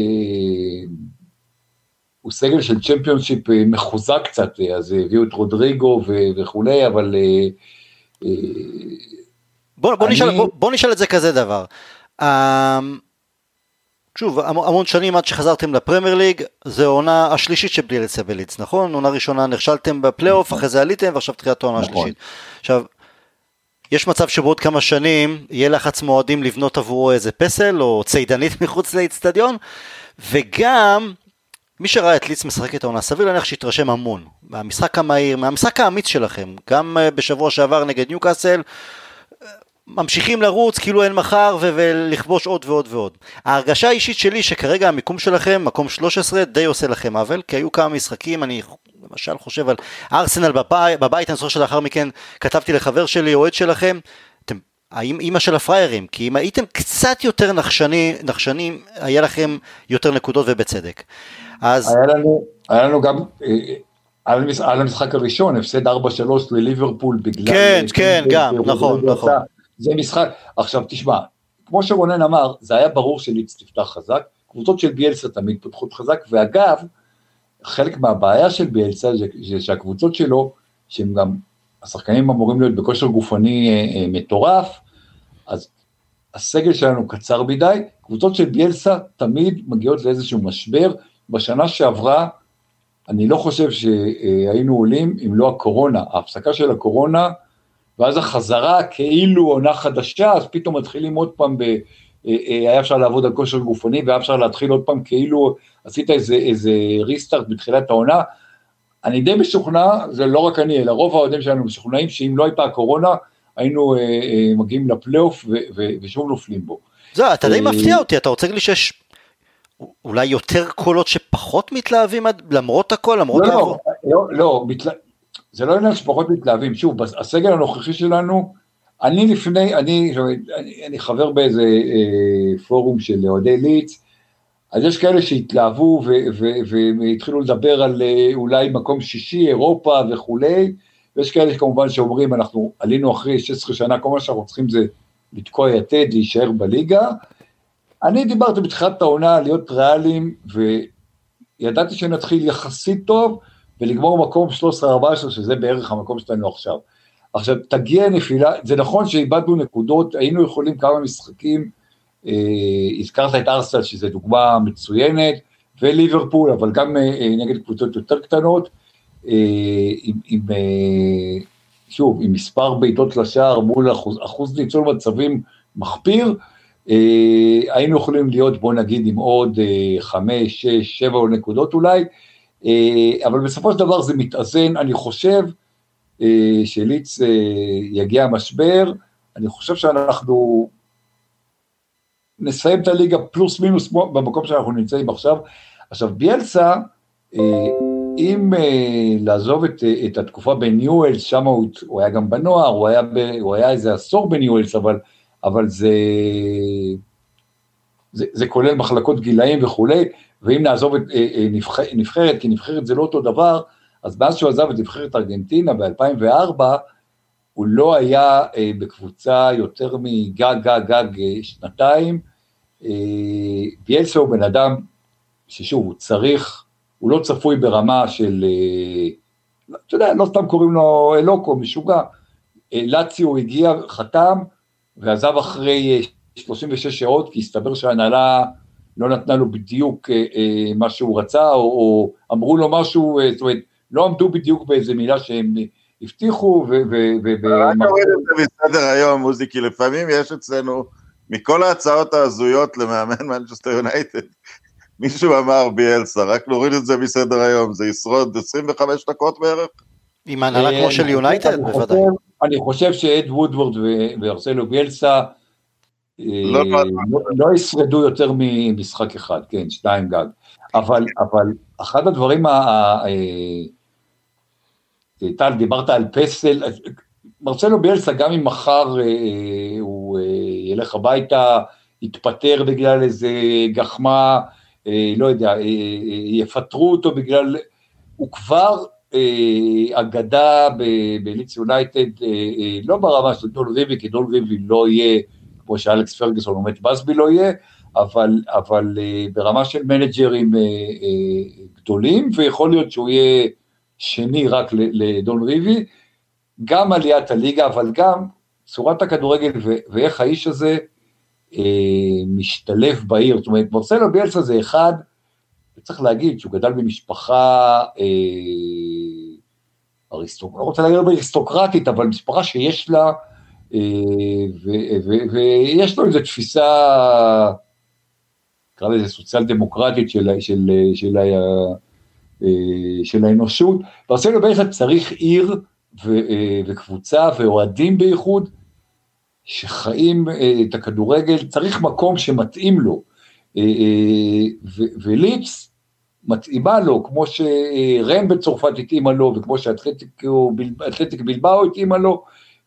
Speaker 3: הוא סגל של צ'מפיונשיפ אה, מחוזק קצת, אז הביאו את רודריגו ו- וכולי, אבל... אה, אה,
Speaker 1: בוא, בוא, אני... נשאל, בוא, בוא נשאל את זה כזה דבר. אה, שוב, המון שנים עד שחזרתם לפרמייר ליג, זו עונה השלישית של ביאלסה וליץ, נכון? עונה ראשונה נכשלתם בפלייאוף, אחרי זה עליתם, ועכשיו תחילת העונה השלישית. עכשיו, יש מצב שבעוד כמה שנים יהיה לחץ מועדים לבנות עבורו איזה פסל או ציידנית מחוץ לאצטדיון, וגם מי שראה את ליץ משחק את העונה, סביר להניח שהתרשם המון מהמשחק המהיר, מהמשחק האמיץ שלכם, גם בשבוע שעבר נגד ניוקאסל, ממשיכים לרוץ כאילו אין מחר ו- ולכבוש עוד ועוד ועוד. ההרגשה האישית שלי שכרגע המיקום שלכם, מקום שלוש עשרה, די עושה לכם עוול, כי היו כמה משחקים, אני למשל חושב על ארסנל בבית, בבית אני זוכר שלאחר מכן כתבתי לחבר שלי, אוהד שלכם, אתם, האמא של הפריירים, כי אם הייתם קצת יותר נחשני, נחשנים, היה לכם יותר נקודות ובצדק. אז...
Speaker 3: היה לנו, היה לנו גם... על המשחק הראשון, הפסד ארבע שלוש לליברפול בגלל...
Speaker 1: כן, כן, גם, נכון, נכון.
Speaker 3: זה משחק, עכשיו תשמע, כמו שרונן אמר, זה היה ברור שליץ תפתח חזק, קבוצות של ביאלסה תמיד פתחות חזק, ואגב, חלק מהבעיה של ביאלסה, זה שהקבוצות שלו, שהם גם, השחקנים אמורים להיות בכושר גופני אה, אה, מטורף, אז הסגל שלנו קצר מדי, קבוצות של ביאלסה תמיד מגיעות לאיזשהו משבר, בשנה שעברה, אני לא חושב שהיינו עולים אם לא הקורונה, ההפסקה של הקורונה, ואז החזרה כאילו עונה חדשה, אז פתאום מתחילים עוד פעם, ב, היה אפשר לעבוד על כושר גופני, והיה אפשר להתחיל עוד פעם כאילו עשית איזה, איזה ריסטארט בתחילת העונה, אני די משוכנע, זה לא רק אני, אלא רוב העודים שלנו משוכנעים, שאם לא הייתה הקורונה, היינו אה, אה, מגיעים לפלייאוף ו- ו- ושוב נופלים בו.
Speaker 1: זה, אתה די מפתיע אותי, אתה רוצה לי שיש... אולי יותר קולות שפחות מתלהבים למרות הכל, למרות
Speaker 3: לא,
Speaker 1: העבור?
Speaker 3: לא, לא, מתלה... זה לא עניין שפחות מתלהבים, שוב, הסגל הנוכחי שלנו, אני לפני, אני, אני, אני חבר באיזה אה, פורום של אוהדי ליץ, אז יש כאלה שהתלהבו והתחילו לדבר על אה, אולי מקום שישי, אירופה וכולי, ויש כאלה שכמובן שאומרים, אנחנו עלינו אחרי שש עשרה שנה, כל מה שאנחנו צריכים זה לתקוע יתד, להישאר בליגה, אני דיברתי בתחילת העונה להיות ריאליים, וידעתי שנתחיל יחסית טוב, ולגמור מקום שלוש עשרה ארבע עשרה, שזה בערך המקום שלנו עכשיו. עכשיו, תגיע נפילה, זה נכון שאיבדנו נקודות, היינו יכולים כמה משחקים, אה, הזכרת את ארסנל, שזה דוגמה מצוינת, וליברפול, אבל גם אה, נגד קבוצות יותר קטנות, אה, עם, עם, אה, שוב, עם מספר בעיטות לשער, מול אחוז, אחוז ניצול מצבים מחפיר, אה, היינו יכולים להיות, בוא נגיד, עם עוד אה, חמש, שש, שבע נקודות אולי, אבל בסופו של דבר זה מתאזן, אני חושב שליץ יגיע המשבר, אני חושב שאנחנו נסיים את הליגה פלוס מינוס במקום שאנחנו נמצאים עכשיו. עכשיו ביאלסה, אם לעזוב את, את התקופה בניואלס, שם הוא, הוא היה גם בנוער, הוא היה, ב, הוא היה איזה עשור בניואלס, אבל, אבל זה, זה, זה כולל מחלקות גילאים וכולי, ואם נעזוב את נבחרת, כי נבחרת זה לא אותו דבר, אז מאז שהוא עזב את נבחרת ארגנטינה ב-אלפיים וארבע, הוא לא היה בקבוצה יותר מגג גג גג שנתיים, ביאלסה הוא בן אדם ששוב, הוא צריך, הוא לא צפוי ברמה של, אתה יודע, לא סתם קוראים לו אלוקו, משוגע, לאציו הגיע, חתם, ועזב אחרי שלושים ושש שעות, כי הסתבר שהנהלה לא נתנה לו בדיוק אה, אה, מה שהוא רצה, או, או אמרו לו משהו, אה, זאת אומרת, לא עמדו בדיוק באיזה מילה שהם הבטיחו, ו... ו, ו
Speaker 2: רק הוריד את זה בסדר היום, מוזי, כי לפעמים יש אצלנו, מכל ההצעות ההזויות למאמן מנצ'סטר יונייטד, מישהו אמר ביאלסה, רק להוריד את זה בסדר היום, זה ישרוד עשרים וחמש דקות בערך?
Speaker 1: עם הנהלה כמו של יונייטד, בוודאי.
Speaker 3: אני חושב שאד וודוורד וארסלו ביאלסה, לא, לא, לא, לא ישרדו יותר ממשחק אחד, כן, שתיים גג, אבל, אבל אחד הדברים, טל, דיברת על פסל, מרסלו ביאלסה, גם אם מחר הוא ילך הביתה, יתפטר בגלל איזה גחמה, לא יודע, יפטרו אותו בגלל, הוא כבר אגדה בליץ יונייטד, לא ברמה של דול ריבי, כי דול ריבי לא יהיה, כמו שאלכס פרגוסון ומת בסבי לא יהיה, אבל, אבל ברמה של מנג'רים גדולים, ויכול להיות שהוא יהיה שני רק לדון ריבי, גם עליית הליגה, אבל גם צורת הכדורגל, ואיך האיש הזה משתלב בעיר, זאת אומרת, מרסלו ביאלסה זה אחד, צריך להגיד שהוא גדל במשפחה, אריסטוק, לא רוצה להגיד באריסטוקרטית, אבל משפחה שיש לה, ויש לו איזו תפיסה, נקרא לזה סוציאל דמוקרטית של, של, של, של האנושות, מרסלו ביאלסה צריך עיר וקבוצה ואוהדים בייחוד, שחיים את הכדורגל, צריך מקום שמתאים לו, וליץ מתאימה לו, כמו שרן בצרפת התאימה לו, וכמו שאתלטיק בלבאו התאימה לו,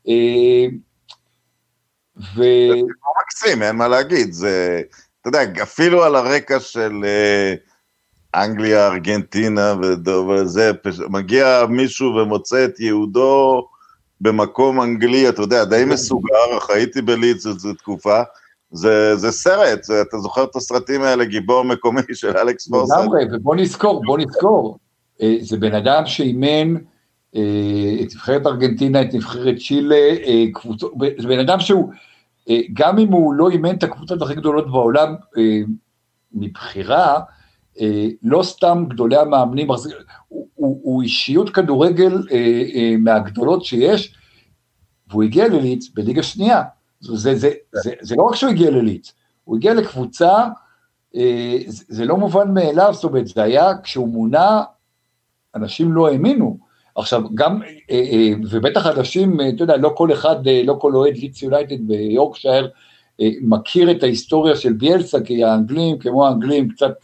Speaker 2: זה מקסים, אין מה להגיד, זה, אתה יודע, אפילו על הרקע של אנגליה, ארגנטינה, וזה, מגיע מישהו ומוצא את יהודו במקום אנגלי, אתה יודע, די מסוגר, חייתי בליץ איזו תקופה, זה, זה סרט, זה, אתה זוכר את הסרטים האלה, גיבור מקומי של אלכס פורסט.
Speaker 3: לגמרי, ובוא נזכור, בוא נזכור, זה בן אדם שאימן את נבחרת ארגנטינה, את נבחרת צ'ילה, קבוצות, זה בן אדם שהוא, גם אם הוא לא אימן את הקבוצות הכי גדולות בעולם, מבחירה, לא סתם גדולי המאמנים, הוא, הוא, הוא אישיות כדורגל מהגדולות שיש, והוא הגיע לליץ בליגה שנייה, זה, זה, זה, זה לא רק שהוא הגיע לליץ, הוא הגיע לקבוצה, זה, זה לא מובן מאליו, זאת אומרת, זה היה כשהוא מונה, אנשים לא האמינו, עכשיו גם, ובטח אנשים, אתה יודע, לא כל אחד, לא כל אוהד ליץ יונייטד ביורקשייר, מכיר את ההיסטוריה של ביאלסה, כי האנגלים, כמו האנגלים, קצת,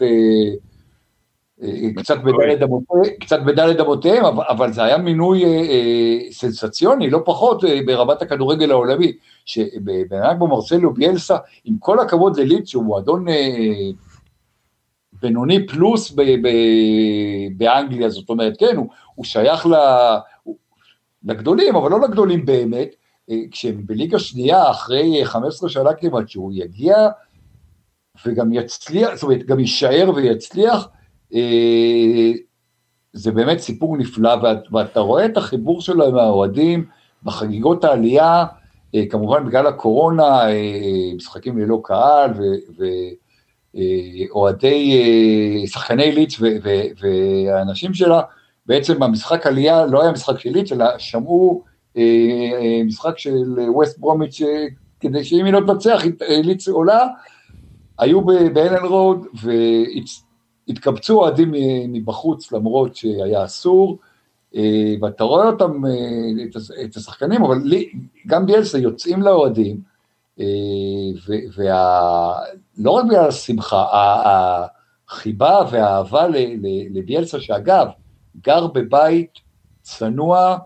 Speaker 3: קצת בדלת אמותיהם, קצת בדלת אמותיהם, אבל זה היה מינוי סנסציוני, לא פחות ברמת הכדורגל העולמי, שבנהג בו מרסלו ביאלסה, עם כל הכבוד לליץ, שהוא מועדון בינוני פלוס באנגליה, זאת אומרת, כן, הוא שייך לגדולים, אבל לא לגדולים באמת, כשהם בליגה שנייה, אחרי חמש עשרה שנה כמעט, שהוא יגיע, וגם יצליח, זאת אומרת, גם יישאר ויצליח, זה באמת סיפור נפלא, ואתה רואה את החיבור שלו עם האוהדים, בחגיגות העלייה, כמובן בגלל הקורונה, משחקים ללא קהל, ואוהדי, שחקני ליץ, והאנשים שלה, בעצם המשחק עלייה, לא היה משחק של ליץ, אלא שמעו משחק של ווסט ברומיץ', כדי שאם היא לא תצליח, ליץ עולה, היו באלן רוד, והתקבצו אוהדים מבחוץ, למרות שהיה אסור, ואתה רואה אותם, את השחקנים, אבל גם ביאלסה יוצאים לאוהדים, ולא רק בגלל השמחה, החיבה והאהבה לביאלסה, שאגב, גר בבית צנוע,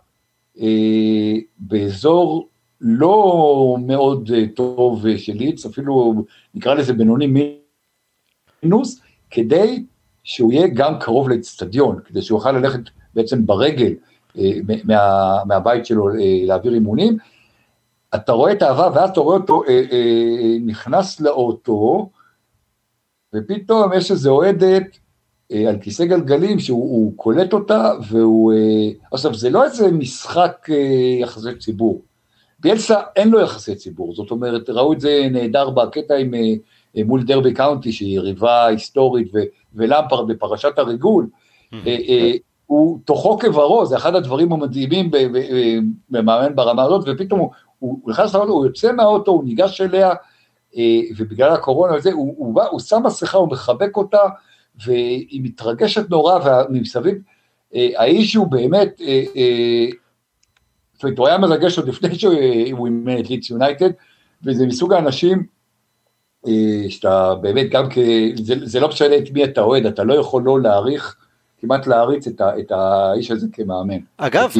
Speaker 3: באזור לא מאוד טוב של ליץ, אפילו נקרא לזה בינוני מינוס, כדי שהוא יהיה גם קרוב לאצטדיון, כדי שהוא יוכל ללכת בעצם ברגל מה, מהבית שלו להעביר אימונים. אתה רואה את האהבה, ואז אתה רואה אותו נכנס לאוטו, ופתאום יש איזו אוהדת על כיסא גלגלים, שהוא קולט אותה, והוא, עכשיו זה לא איזה משחק יחסי ציבור, ביאלסה אין לו יחסי ציבור, זאת אומרת, ראו את זה נהדר בקטע עם, מול דרבי קאונטי, שהיא יריבה היסטורית, ולמפרד בפרשת הריגול, הוא תוכו כברו, זה אחד הדברים המדהימים במאמן ברמה הזאת, ופתאום הוא, הוא נכנס לאוטו, הוא יוצא מהאוטו, הוא ניגש אליה, ובגלל הקורונה וזה, הוא, הוא, בא, הוא שם מסכה, הוא מחבק אותה, והיא מתרגשת נורא, ומסביב, האיש הוא באמת, זאת אומרת, הוא היה מרגש עוד לפני שהוא אימן את ליץ יונייטד, וזה מסוג האנשים, שאתה באמת גם, זה לא משנה את מי אתה אוהד, אתה לא יכול לא להעריך, כמעט להריץ את, ה, את האיש הזה כמאמן.
Speaker 1: אגב,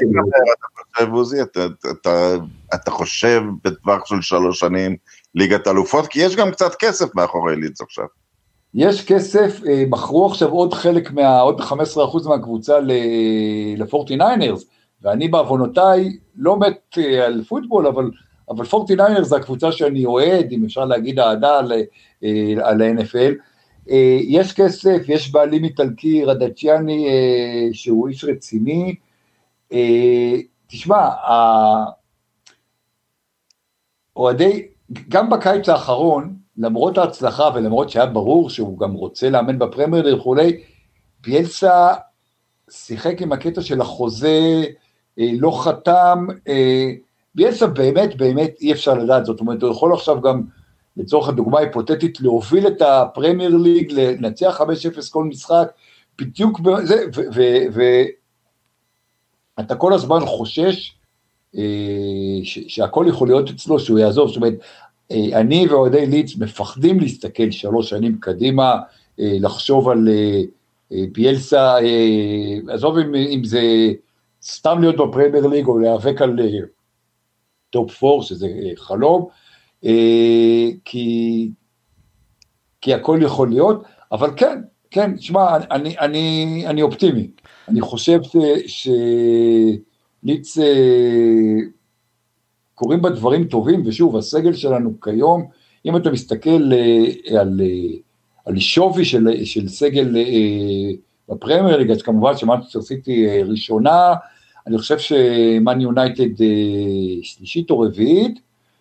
Speaker 2: אתה חושב בטווח של שלוש שנים ליגת אלופות, כי יש גם קצת כסף מאחורי ליץ עכשיו.
Speaker 3: יש כסף, מכרו עכשיו עוד חלק, מה, עוד חמישה עשר אחוז מהקבוצה ל-פורטי ניינרס, ואני בעוונותיי לא מת על פוטבול, אבל, אבל פורטי ניינרס זה הקבוצה שאני אוהד, אם אפשר להגיד העדה על, על ה-אן אף אל, יש כסף, יש בעלים איטלקי, רדצ'יאני, שהוא איש רציני, תשמע, אוהדי, גם בקיץ האחרון, למרות ההצלחה ולמרות שהיה ברור שהוא גם רוצה לאמן בפרמייר ליג וכולי, ביאלסה שיחק עם הקטע של החוזה, לא חתם, ביאלסה באמת באמת אי אפשר לדעת, זאת אומרת, הוא יכול עכשיו גם, לצורך הדוגמה היפותטית, להוביל את הפרמייר ליג, לנצח חמש אפס כל משחק, בדיוק בזה, ואתה כל הזמן חושש, שהכל יכול להיות אצלו, שהוא יעזוב, זאת אומרת, אני ואוהדי ליץ מפחדים להסתכל שלוש שנים קדימה, לחשוב על ביאלסה, עזוב אם זה סתם להיות בפרמייר ליג, או להיאבק על טופ ארבע, שזה חלום, כי, כי הכל יכול להיות, אבל כן, כן, שמע, אני, אני, אני אופטימי, אני חושב שליץ קוראים בה דברים טובים, ושוב, הסגל שלנו כיום, אם אתה מסתכל על, על שווי של, של סגל בפרמייר ליג, אז כמובן שמנצ'סטר סיטי ראשונה, אני חושב שמאן יונייטד שלישית או רביעית,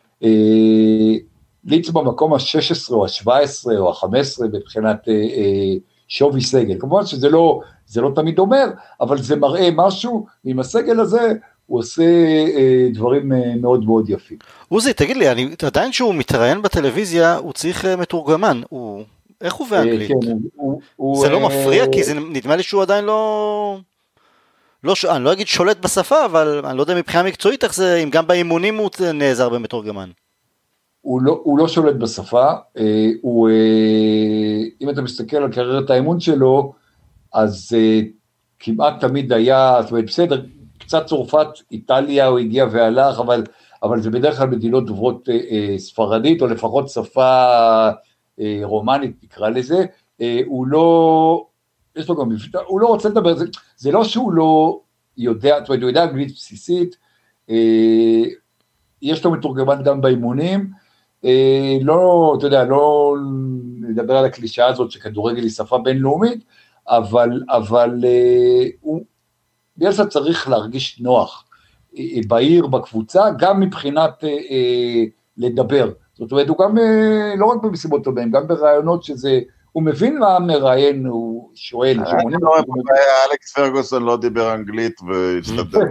Speaker 3: ליץ במקום ה-שש עשרה או ה-שבע עשרה או ה-חמש עשרה מבחינת שווי סגל, כמובן שזה לא, זה לא תמיד אומר, אבל זה מראה משהו, ועם הסגל הזה הוא עושה דברים מאוד מאוד יפים.
Speaker 1: עוזי, תגיד לי, אני, עדיין שהוא מתראיין בטלוויזיה, הוא צריך מתורגמן, הוא, איך הוא באנגלית? כן, הוא, הוא, זה הוא, לא מפריע, כי זה נדמה לי שהוא עדיין לא... לא, אני לא אגיד שולט בשפה, אבל אני לא יודע מבחינה מקצועית איך זה, אם גם באימונים הוא נעזר במתורגמן.
Speaker 3: הוא לא, הוא לא שולט בשפה, הוא, אם אתה מסתכל על קריירת האימון שלו, אז כמעט תמיד היה, זאת אומרת, בסדר, קצת צרפת, איטליה, הוא הגיע והלך, אבל, אבל זה בדרך כלל מדינות דוברות ספרדית, או לפחות שפה רומנית, נקרא לזה, הוא לא, יש לו גם, הוא לא רוצה לדבר, זה, זה לא שהוא לא יודע, זאת אומרת, הוא יודע אנגלית בסיסית, יש לו מתורגמן גם באימונים, לא, אתה יודע, לא לדבר על הקלישאה הזאת שכדורגל היא שפה בינלאומית, אבל, אבל הוא, ביאלסה צריך להרגיש נוח, בעיר, בקבוצה, גם מבחינת לדבר, זאת אומרת, הוא גם, לא רק במסיבות טובים, גם ברעיונות שזה, הוא מבין מה המראיין, הוא שואל.
Speaker 2: אלכס פרגוסון לא דיבר אנגלית והשתתף.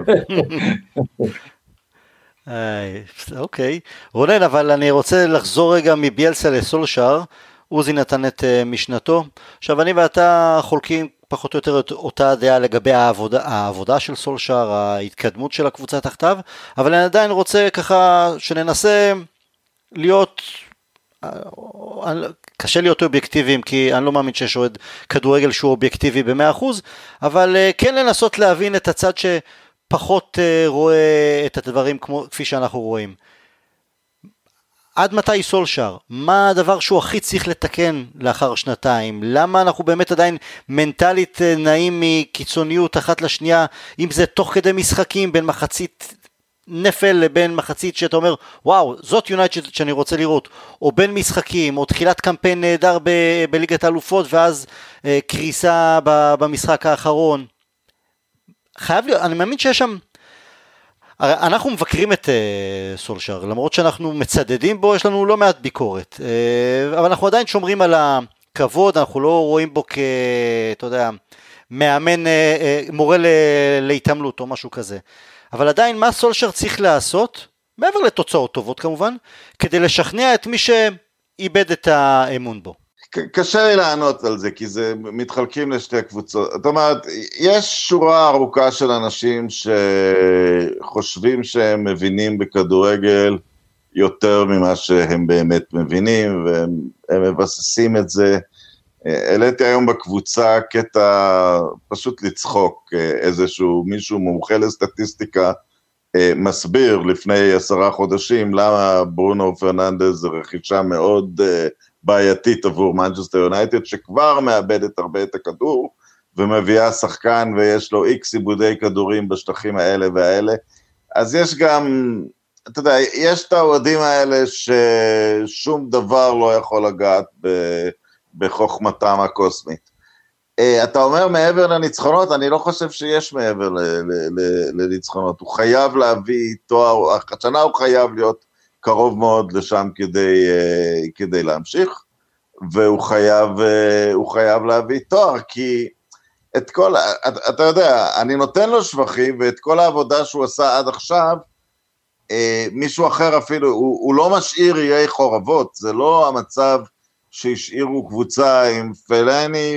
Speaker 1: אוקיי, רונן, אבל אני רוצה לחזור רגע מביאלסה לסולשר, עוזי נתן את משנתו, עכשיו אני ואתה חולקים פחות או יותר את אותה דעה לגבי העבודה, העבודה של סולשר, ההתקדמות של הקבוצה תחתיו, אבל אני עדיין רוצה ככה שננסה להיות, קשה להיות אובייקטיביים, כי אני לא מאמין שיש עוד כדורגל שהוא אובייקטיבי ב-מאה אחוז, אבל כן לנסות להבין את הצד שפחות רואה את הדברים כמו, כפי שאנחנו רואים. עד מתי סולשר? מה הדבר שהוא הכי צריך לתקן לאחר שנתיים? למה אנחנו באמת עדיין מנטלית נעים מקיצוניות אחת לשנייה, אם זה תוך כדי משחקים בין מחצית נפל לבין מחצית שאתה אומר, וואו, זאת יונייטד שאני רוצה לראות, או בין משחקים, או תחילת קמפיין נהדר ב- בליגת האלופות, ואז אה, קריסה ב- במשחק האחרון. חייב להיות, אני מאמין שיש שם, אנחנו מבקרים את uh, סולשר, למרות שאנחנו מצדדים בו, יש לנו לא מעט ביקורת, uh, אבל אנחנו עדיין שומרים על הכבוד, אנחנו לא רואים בו כ, אתה יודע, מאמן, uh, uh, מורה ל- להתעמלות או משהו כזה. אבל עדיין מה סולשר צריך לעשות, מעבר לתוצאות טובות כמובן, כדי לשכנע את מי שאיבד את האמון בו.
Speaker 2: קשה לי לענות על זה, כי זה מתחלקים לשתי קבוצות. זאת אומרת, יש שורה ארוכה של אנשים שחושבים שהם מבינים בכדורגל יותר ממה שהם באמת מבינים, והם מבססים את זה. העליתי היום בקבוצה קטע פשוט לצחוק, איזשהו מישהו מומחה לסטטיסטיקה, מסביר לפני עשרה חודשים למה ברונו פרננדז זה רכישה מאוד בעייתית עבור מנצ'סטר יונייטד, שכבר מאבדת הרבה את הכדור, ומביאה שחקן ויש לו איקס עיבודי כדורים בשטחים האלה והאלה, אז יש גם, אתה יודע, יש את האוהדים האלה ששום דבר לא יכול לגעת בחוכמתם הקוסמית. אתה אומר מעבר לניצחונות, אני לא חושב שיש מעבר לניצחונות, הוא חייב להביא תואר, השנה הוא חייב להיות קרוב מאוד לשם כדי, כדי להמשיך, והוא חייב, הוא חייב להביא תואר, כי את כל, אתה יודע, אני נותן לו שבחים, ואת כל העבודה שהוא עשה עד עכשיו, מישהו אחר אפילו, הוא, הוא לא משאיר איי חורבות, זה לא המצב שהשאירו קבוצה עם פלני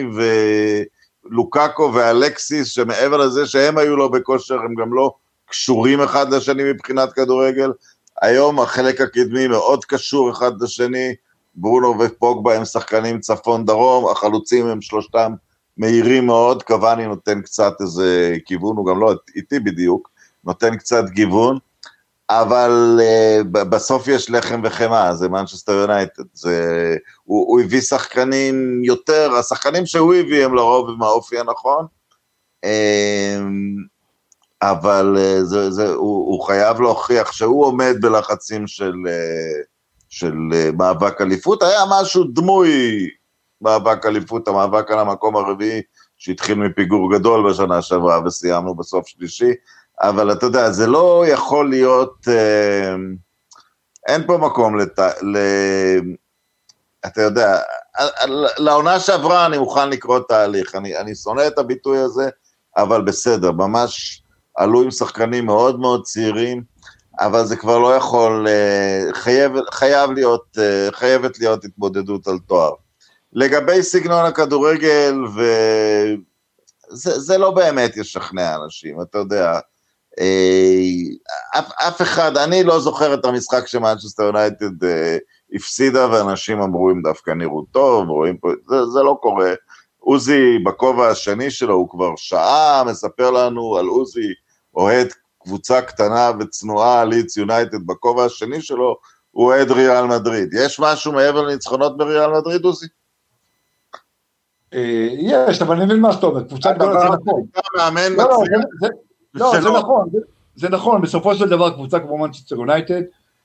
Speaker 2: ולוקאקו ואלקסיס, שמעבר לזה שהם היו לו בכושר, הם גם לא קשורים אחד לשני מבחינת כדורגל, היום החלק הקדמי מאוד קשור אחד לשני, ברונו ופוגבה הם שחקנים צפון דרום, החלוצים הם שלושתם מהירים מאוד, קוואני נותן קצת איזה כיוון, הוא גם לא איתי בדיוק, נותן קצת גיוון, אבל uh, בסוף יש לחם וחמה, זה מנצ'סטר יונייטד, זה, הוא, הוא הביא שחקנים יותר, השחקנים שהוא הביא הם לרוב עם האופי הנכון, um, אבל uh, זה, זה, הוא, הוא חייב להוכיח שהוא עומד בלחצים של, uh, של uh, מאבק אליפות, היה משהו דמוי מאבק אליפות, המאבק על המקום הרביעי, שהתחיל מפיגור גדול בשנה שעברה, וסיימנו בסוף שלישי, אבל אתה יודע, זה לא יכול להיות, אה, אין פה מקום לת... ל... אתה יודע, לעונה שעברה אני מוכן לקרוא תהליך, אני, אני שונא את הביטוי הזה, אבל בסדר, ממש עלו עם שחקנים מאוד מאוד צעירים, אבל זה כבר לא יכול, אה, חייב, חייב להיות, אה, חייבת להיות התמודדות על תואר. לגבי סגנון הכדורגל, וזה, זה לא באמת ישכנע אנשים, אתה יודע, אף, אף אחד, אני לא זוכר את המשחק שמנצ'סטר יונייטד אה, הפסידה, ואנשים אמרו אם דווקא נראו טוב, רואים פה, זה, זה לא קורה. עוזי בכובע השני שלו, הוא כבר שעה מספר לנו על עוזי, אוהד קבוצה קטנה וצנועה, לידס יונייטד, בכובע השני שלו, הוא אוהד ריאל מדריד. יש משהו מעבר לניצחונות בריאל מדריד, עוזי?
Speaker 3: יש, אבל אני מבין מה שאתה אומר, קבוצה גדולה זה נכון. לא, זה נכון, זה נכון, בסופו של דבר קבוצה כמו מנצ'סטר יונייטד,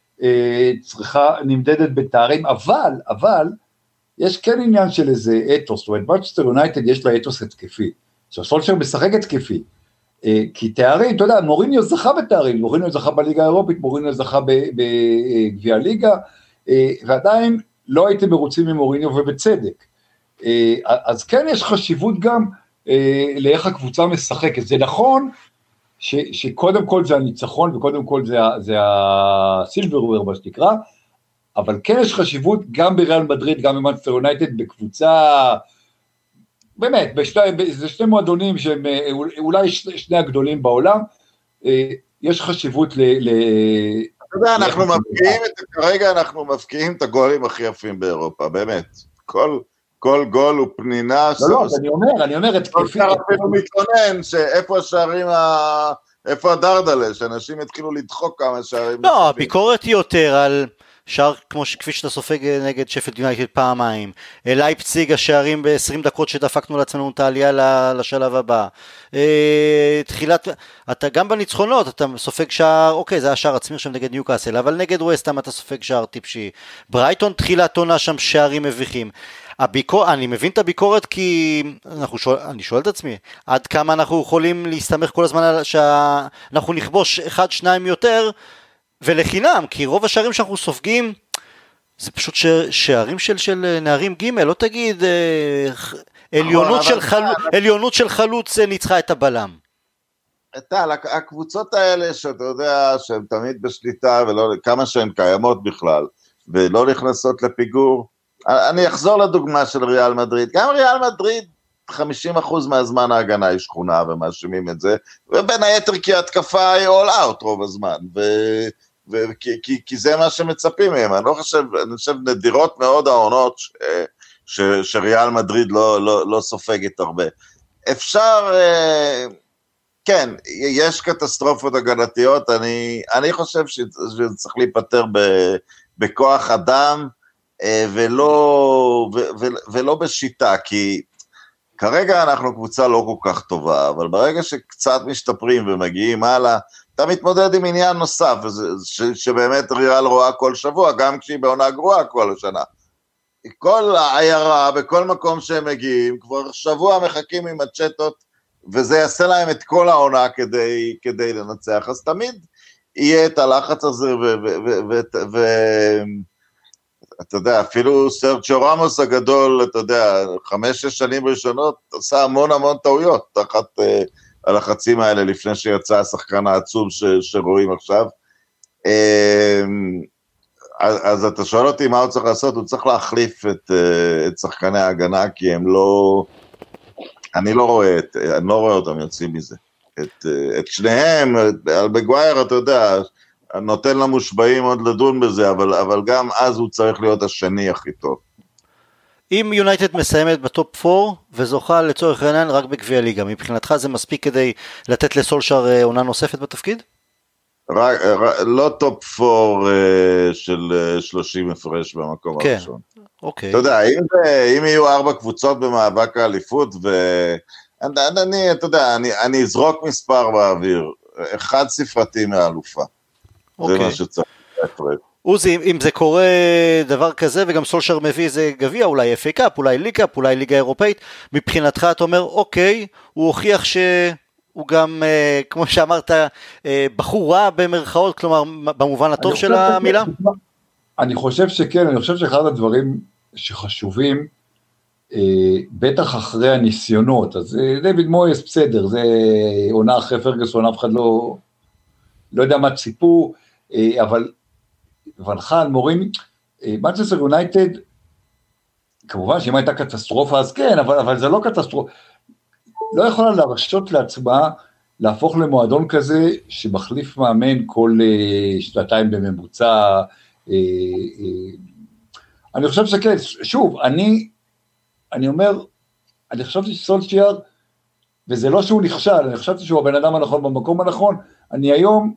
Speaker 3: צריכה, נמדדת בתארים, אבל, אבל, יש כן עניין של איזה אתוס, זאת אומרת, מנצ'סטר יונייטד יש לה אתוס התקפי, שסולשר משחק התקפי, כי תארים, אתה יודע, מוריניו זכה בתארים, מוריניו זכה בליגה האירופית, מוריניו זכה בגביע הליגה, ועדיין לא הייתם מרוצים ממוריניו ובצדק, אז כן יש חשיבות גם לאיך הקבוצה משחקת, זה נכון ש, שקודם כל זה הניצחון, וקודם כל זה, זה הסילברוויר, מה שתקרא, אבל כן יש חשיבות גם בריאל מדריד, גם במנצ'סטר יונייטד, בקבוצה, באמת, בשני, זה שני מועדונים שהם אולי שני הגדולים בעולם, יש חשיבות ל... ל
Speaker 2: אתה יודע, אנחנו מפקיעים, כרגע אנחנו מפקיעים את הגולים הכי יפים באירופה, באמת, כל... כל גול הוא פנינה.
Speaker 3: לא, לא, אני אומר, אני אומר, התקפי.
Speaker 2: אתה אפילו מתלונן שאיפה השערים, איפה הדרדלה, שאנשים התחילו לדחוק כמה שערים.
Speaker 1: לא, הביקורת היא יותר על שער, כמו כפי שאתה סופג נגד שפילד יונייטד פעמיים, לייפציג השערים ב-עשרים דקות שדפקנו לעצמנו את העלייה לשלב הבא. תחילת, אתה גם בניצחונות, אתה סופג שער, אוקיי, זה השער עצמי שם נגד ניוקאסל, אבל נגד ווסטהאם אתה סופג שער טיפשי. ברייטון תחילת עונה שם שערים מביכים. הביקור, אני מבין את הביקורת כי אנחנו שואל, אני שואל את עצמי, עד כמה אנחנו יכולים להסתמך כל הזמן על שאנחנו נכבוש אחד, שניים יותר, ולחינם, כי רוב השערים שאנחנו סופגים, זה פשוט שערים של, של נערים ג' לא תגיד, עליונות של, חל... עליונות של חלוץ ניצחה את הבלם.
Speaker 2: טל, הקבוצות האלה שאתה יודע שהן תמיד בשליטה, ולא, כמה שהן קיימות בכלל, ולא נכנסות לפיגור, אני אחזור לדוגמה של ריאל מדריד, גם ריאל מדריד, חמישים אחוז מהזמן ההגנה היא שכונה, ומאשימים את זה, ובין היתר כי ההתקפה היא all out רוב הזמן, ו... ו... כי, כי, כי זה מה שמצפים מהם, אני לא חושב, אני חושב נדירות מאוד העונות, ש... ש... שריאל מדריד לא, לא, לא סופגת הרבה. אפשר, כן, יש קטסטרופות הגנתיות, אני, אני חושב שזה צריך להיפטר ב... בכוח אדם, ולא, ו, ו, ולא בשיטה, כי כרגע אנחנו קבוצה לא כל כך טובה, אבל ברגע שקצת משתפרים ומגיעים הלאה, אתה מתמודד עם עניין נוסף, ש, שבאמת ריאל רואה כל שבוע, גם כשהיא בעונה גרועה כל השנה. כל העיירה, בכל מקום שהם מגיעים, כבר שבוע מחכים עם הצ'טות, וזה יעשה להם את כל העונה כדי, כדי לנצח, אז תמיד יהיה את הלחץ הזה, ו... ו, ו, ו, ו אתה יודע, אפילו סרג'יו רמוס הגדול, אתה יודע, חמש, שש שנים ראשונות, עשה המון המון טעויות, תחת uh, הלחצים האלה, לפני שיצא השחקן העצום ש, שרואים עכשיו. Uh, אז, אז אתה שואל אותי מה הוא צריך לעשות, הוא צריך להחליף את, uh, את שחקני ההגנה, כי הם לא, אני לא רואה, את, אני לא רואה אותם יוצאים מזה. את, uh, את שניהם, על בגווייר, אתה יודע, נותן למושבעים עוד לדון בזה, אבל, אבל גם אז הוא צריך להיות השני הכי טוב.
Speaker 1: אם יונייטד מסיימת בטופ ארבע וזוכה לצורך העניין רק בגביע ליגה, מבחינתך זה מספיק כדי לתת לסולשר עונה נוספת בתפקיד?
Speaker 2: רק, רק, לא טופ ארבע של שלושים הפרש במקום
Speaker 1: כן,
Speaker 2: הראשון.
Speaker 1: אוקיי.
Speaker 2: אתה יודע, אם, אם יהיו ארבע קבוצות במאבק האליפות, ואני, אתה יודע, אני, אני אזרוק מספר באוויר, אחד ספרתי מהאלופה.
Speaker 1: אוקיי.
Speaker 2: זה מה שצריך להפרד.
Speaker 1: עוזי, אם זה קורה דבר כזה, וגם סולשר מביא איזה גביע, אולי אף איי קאפ, אולי ליגה, אולי ליגה אירופאית, מבחינתך אתה אומר, אוקיי, הוא הוכיח שהוא גם, אה, כמו שאמרת, אה, בחור רע במרכאות, כלומר, במובן הטוב של המילה?
Speaker 3: אני חושב שכן, אני חושב שאחד הדברים שחשובים, אה, בטח אחרי הניסיונות, אז אה, דיוויד מויס בסדר, זה עונה אחרי פרגוסון, אף אחד לא, לא יודע מה ציפו, אה, אבל ונחל, מורים, מנצ'סטר יונייטד, כמובן שאם הייתה קטסטרופה אז כן, אבל, אבל זה לא קטסטרופה, לא יכולה להרשות לעצמה להפוך למועדון כזה, שמחליף מאמן כל uh, שנתיים בממוצע, uh, uh, אני חושב שכן, שוב, אני, אני אומר, אני חשבתי שסולשייר, וזה לא שהוא נכשל, אני חשבתי שהוא הבן אדם הנכון במקום הנכון, אני היום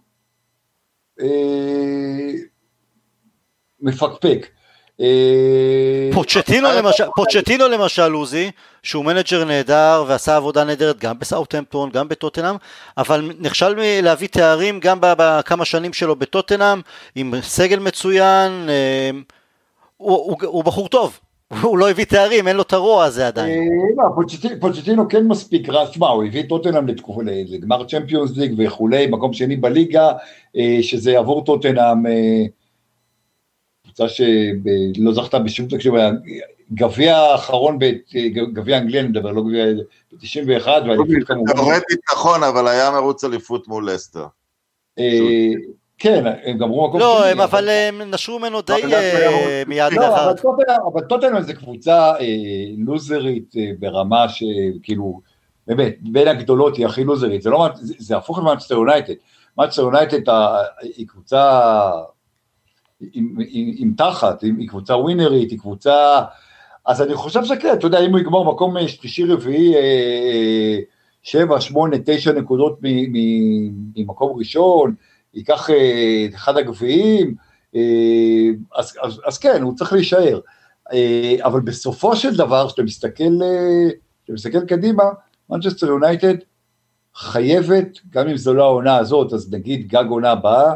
Speaker 3: אה, מפקפק.
Speaker 1: אה, פוצ'טינו למשל, פוצ'טינו למשל, עוזי, שהוא מנג'ר נהדר, ועשה עבודה נהדרת גם בסאות'המפטון, גם בטוטנהאם, אבל נכשל להביא תארים גם בכמה שנים שלו בטוטנהאם, עם סגל מצוין, אה, הוא, הוא, הוא בחור טוב. הוא לא הביא תארים, אין לו את הרוע הזה עדיין.
Speaker 3: פוצ'טינו כן מספיק רע, שמה, הוא הביא טוטנהאם לגמר צ'מפיונס ליג וכולי, מקום שני בליגה, שזה עבור טוטנהאם, קבוצה שלא זכתה בשום תקשיב, גביע האחרון, גביע אנגליה, אני מדבר, לא גביע ב-תשעים ואחת,
Speaker 2: תאורטית נכון, אבל היה מרוץ אליפות מול לסטר.
Speaker 3: כן, הם גמרו מקום
Speaker 1: לא, שני. לא, אבל הם נשרו ממנו די מיד לאחר.
Speaker 3: אבל טוטנהאם זה קבוצה לוזרית ברמה שכאילו, באמת, בין הגדולות היא הכי לוזרית, זה הפוך למאנצ'סטר יונייטד. מאנצ'סטר יונייטד היא קבוצה עם תחת, היא קבוצה ווינרית, היא קבוצה, אז אני חושב שכן, אתה יודע, אם הוא יגמור מקום שלישי רביעי, שבע, שמונה, תשע נקודות ממקום ראשון, ייקח אחד הגביעים, אז, אז, אז כן, הוא צריך להישאר. אבל בסופו של דבר, שאתה מסתכל, שאתה מסתכל קדימה, מנצ'סטר יונייטד חייבת, גם אם זו לא העונה הזאת, אז נגיד גג עונה הבאה,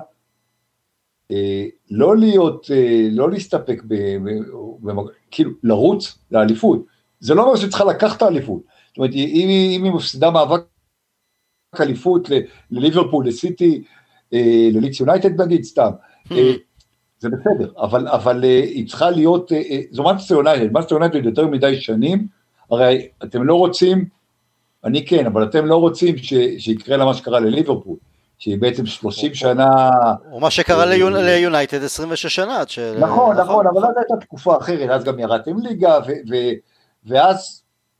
Speaker 3: לא להיות, לא להסתפק, כאילו, לרוץ לאליפות. זה לא אומר שצריכה לקחת האליפות. זאת אומרת, אם היא מפסידה מאבק אליפות לליברפול, לסיטי, לליץ יונייטד נגיד סתם, זה בסדר, אבל, אבל היא צריכה להיות, זו מנצ'סטר יונייטד, מנצ'סטר יונייטד יותר מדי שנים, הרי אתם לא רוצים, אני כן, אבל אתם לא רוצים שיקרה לה מה שקרה לליברפול, שהיא בעצם שלושים שנה...
Speaker 1: או מה שקרה ליונייטד עשרים ושש שנה.
Speaker 3: נכון, נכון, אבל אז הייתה תקופה אחרת, אז גם ירדתם ליגה, ואז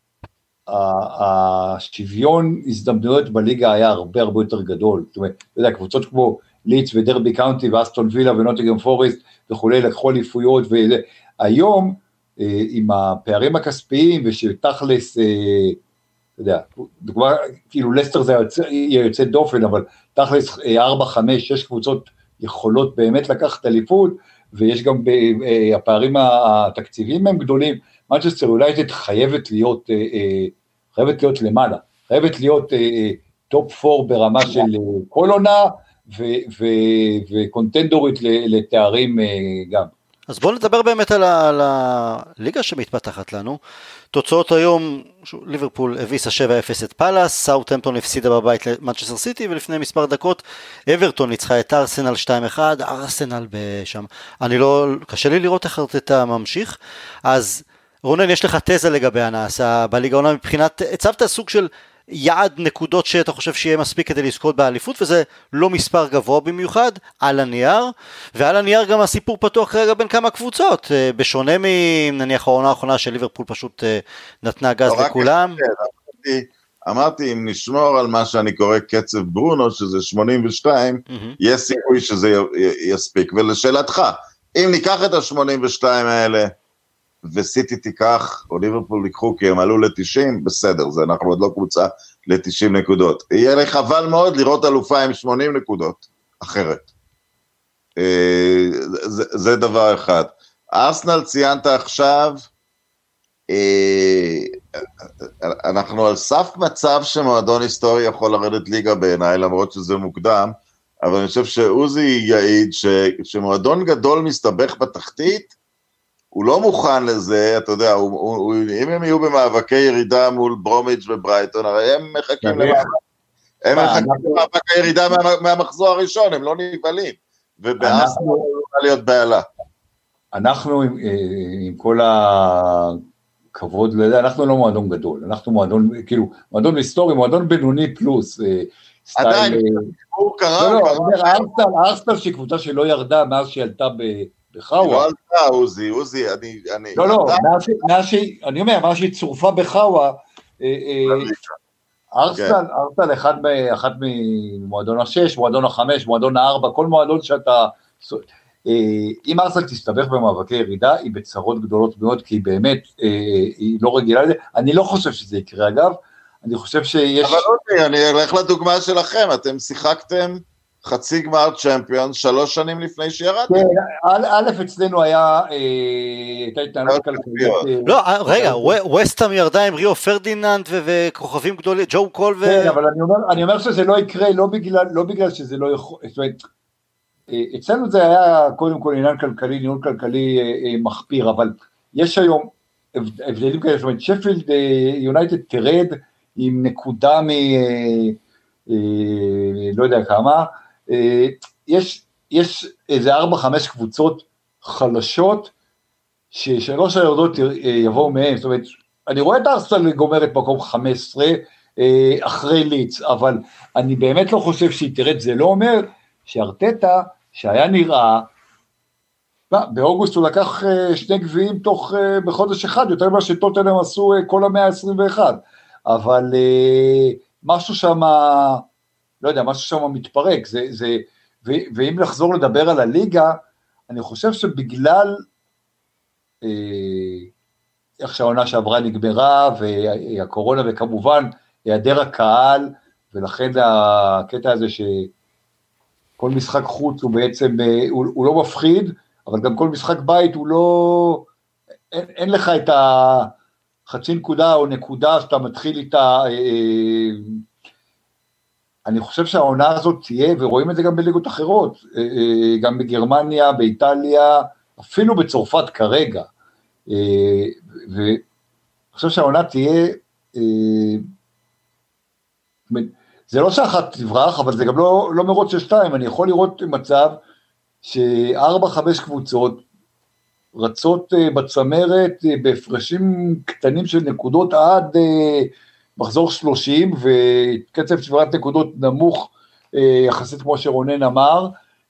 Speaker 3: השוויון הזדמנויות בליגה היה הרבה הרבה יותר גדול, זאת אומרת, אתה יודע, קבוצות כמו ליץ ודרבי קאונטי ואסטון וילה ונוטיגהאם פורסט וכולי, לקחו אליפויות, והיום עם הפערים הכספיים ושתכלס, אתה יודע, דוגמה, כאילו לסטר זה יהיה יוצא דופן, אבל תכלס ארבע, חמש, שש קבוצות יכולות באמת לקחת אליפות, ויש גם הפערים התקציביים הם גדולים, מנצ'סטר יונייטד חייבת להיות, חייבת להיות למעלה, חייבת להיות טופ פור ברמה של כל עונה, וקונטנדורית לתארים גם.
Speaker 1: אז בואו נדבר באמת על הליגה שמתפתחת לנו. תוצאות היום, ליברפול הביסה שבע אפס את פאלאס, סאות'המפטון הפסידה בבית למנצ'סטר סיטי, ולפני מספר דקות אברטון ניצחה את ארסנל שתיים אחד, ארסנל בשם, אני לא, קשה לי לראות איך אתה ממשיך, אז רונן, יש לך תזה לגבי הנעשה בליגה העונה, מבחינת, הצבת סוג של יעד נקודות שאתה חושב שיהיה מספיק כדי לזכות באליפות, וזה לא מספר גבוה במיוחד, על הנייר, ועל הנייר גם הסיפור פתוח כרגע בין כמה קבוצות, בשונה מנניח העונה האחרונה של ליברפול פשוט נתנה גז לכולם.
Speaker 2: אמרתי, אם נשמור על מה שאני קורא קצב ברונו, שזה שמונים ושתיים, יש סיכוי שזה יספיק, ולשאלתך, אם ניקח את ה-שמונים ושתיים האלה, וסיטי תיקח, או ליברפול ייקחו, כי הם עלו ל-תשעים, בסדר, זה אנחנו עוד לא קבוצה ל-תשעים נקודות. יהיה לי חבל מאוד לראות אלופה עם שמונים נקודות, אחרת. זה, זה דבר אחד. ארסנל ציינת עכשיו, אנחנו על סף מצב שמועדון היסטורי יכול לרדת ליגה בעיניי, למרות שזה מוקדם, אבל אני חושב שעוזי יעיד שמועדון גדול מסתבך בתחתית, הוא לא מוכן לזה, אתה יודע, הוא, הוא, אם הם יהיו במאבקי ירידה מול ברומיץ' וברייטון, הרי הם מחכים למאבק, הם מחכים למאבק הירידה מה, מהמחזור הראשון, הם לא נבלים, ובאסטר הוא יכול להיות בעלה.
Speaker 3: אנחנו, עם, עם כל הכבוד, אנחנו לא מועדון גדול, אנחנו מועדון, כאילו, מועדון היסטורי, מועדון בינוני פלוס,
Speaker 2: עדיין, הוא קרה,
Speaker 3: לא, לא, ארסנל שהיא קבוצה שלא ירדה מאז שהיא עלתה ב... בחאווה.
Speaker 2: לא עלתה, עוזי, עוזי, אני...
Speaker 3: לא, לא, אני אומר, מה שהיא צורפה בחאווה, ארסנל, ארסנל אחד ממועדון השש, מועדון החמש, מועדון הארבע, כל מועדון שאתה, אם ארסנל תסתבך במאבקי ירידה, היא בצרות גדולות מאוד, כי היא באמת, היא לא רגילה לזה, אני לא חושב שזה יקרה אגב, אני חושב שיש...
Speaker 2: אבל אוקיי, אני אלך לדוגמה שלכם, אתם שיחקתם חצי גמר צ'מפיון שלוש שנים לפני שירדתם.
Speaker 3: כן, א' אצלנו היה, הייתה התנהלות כלכלית.
Speaker 1: לא, רגע, ווסטהאם ירדה עם ריו פרדיננד וכוכבים גדולים, ג'ו קול ו...
Speaker 3: כן, אבל אני אומר שזה לא יקרה, לא בגלל שזה לא יכול... זאת אומרת, אצלנו זה היה קודם כל עניין כלכלי, ניהול כלכלי מחפיר, אבל יש היום הבדלים כאלה, זאת אומרת, שפילד יונייטד תרד עם נקודה מ... לא יודע כמה, יש, יש איזה ארבע, חמש קבוצות חלשות, ששלוש היורדות יבואו מהם, זאת אומרת, אני רואה את ארסנל גומרת מקום חמש עשרה, אחרי ליץ, אבל אני באמת לא חושב שהיא תרד, זה לא אומר שארטטה, שהיה נראה, באוגוסט הוא לקח שני גביעים תוך, בחודש אחד, יותר ממה שטוטנהאם עשו כל המאה ה-עשרים ואחת, אבל משהו שם, לא יודע, משהו שם מתפרק, זה, זה, ו, ואם לחזור לדבר על הליגה, אני חושב שבגלל, אה, איך שהעונה שעברה נגמרה, והקורונה, וכמובן, היעדר הקהל, ולכן הקטע הזה שכל משחק חוץ הוא בעצם, הוא, הוא לא מפחיד, אבל גם כל משחק בית הוא לא, אין, אין לך את החצי נקודה או נקודה שאתה מתחיל איתה, אני חושב שהעונה הזאת תהיה, ורואים את זה גם בליגות אחרות, גם בגרמניה, באיטליה, אפילו בצרפת כרגע, ואני חושב שהעונה תהיה, זה לא שאחת תברח, אבל זה גם לא, לא מרוץ של שתיים, אני יכול לראות מצב, שארבע, חמש קבוצות, רצות בצמרת, בהפרשים קטנים של נקודות, עד מחזור שלושים, וקצב שבירת נקודות נמוך, יחסית כמו שרונן אמר.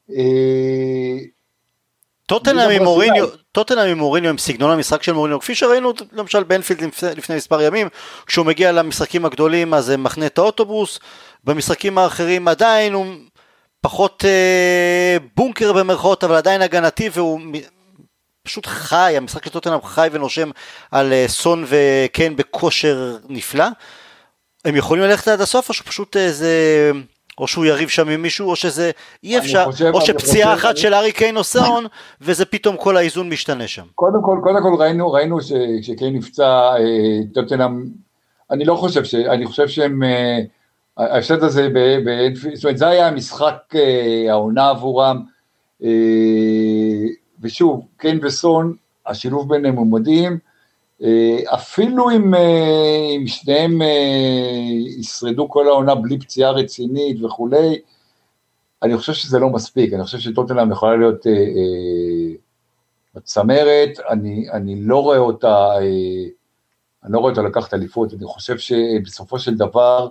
Speaker 1: טוטנהאם עם מוריניו, טוטנהאם עם מוריניו, עם סגנון המשחק של מוריניו, כפי שראינו למשל באנפילד לפני מספר ימים, כשהוא מגיע למשחקים הגדולים, אז זה מחנה את האוטובוס, במשחקים האחרים עדיין הוא פחות אה, בונקר במרכאות, אבל עדיין הגנתי, והוא פשוט חי, המשחק של טוטנהאם חי ונושם על אה, סון וקן בכושר נפלא. הם יכולים ללכת עד הסוף, או שפשוט איזה, או שהוא יריב שם עם מישהו, או שזה אי אפשר, חושב, או שפציעה אחת אני... של ארי קיין או סון, וזה פתאום כל האיזון משתנה שם.
Speaker 3: קודם כל, קודם כל ראינו, ראינו ש, שקיין נפצע, אה, טוטנהאם, אני לא חושב ש, אני חושב שהם, אה, ההפסד הזה, ב, ב, זאת אומרת, זה היה המשחק אה, העונה עבורם, אה, ושוב, קיין וסון, השילוב ביניהם הוא מדהים, אה, אפילו אם, אה, אם שניהם אה, ישרדו כל העונה בלי פציעה רצינית וכולי, אני חושב שזה לא מספיק, אני חושב שטוטנהאם יכולה להיות אה, אה, בצמרת, אני, אני לא רואה אותה, אה, אני לא רואה אותה לקחת אליפות, אני חושב שבסופו של דבר,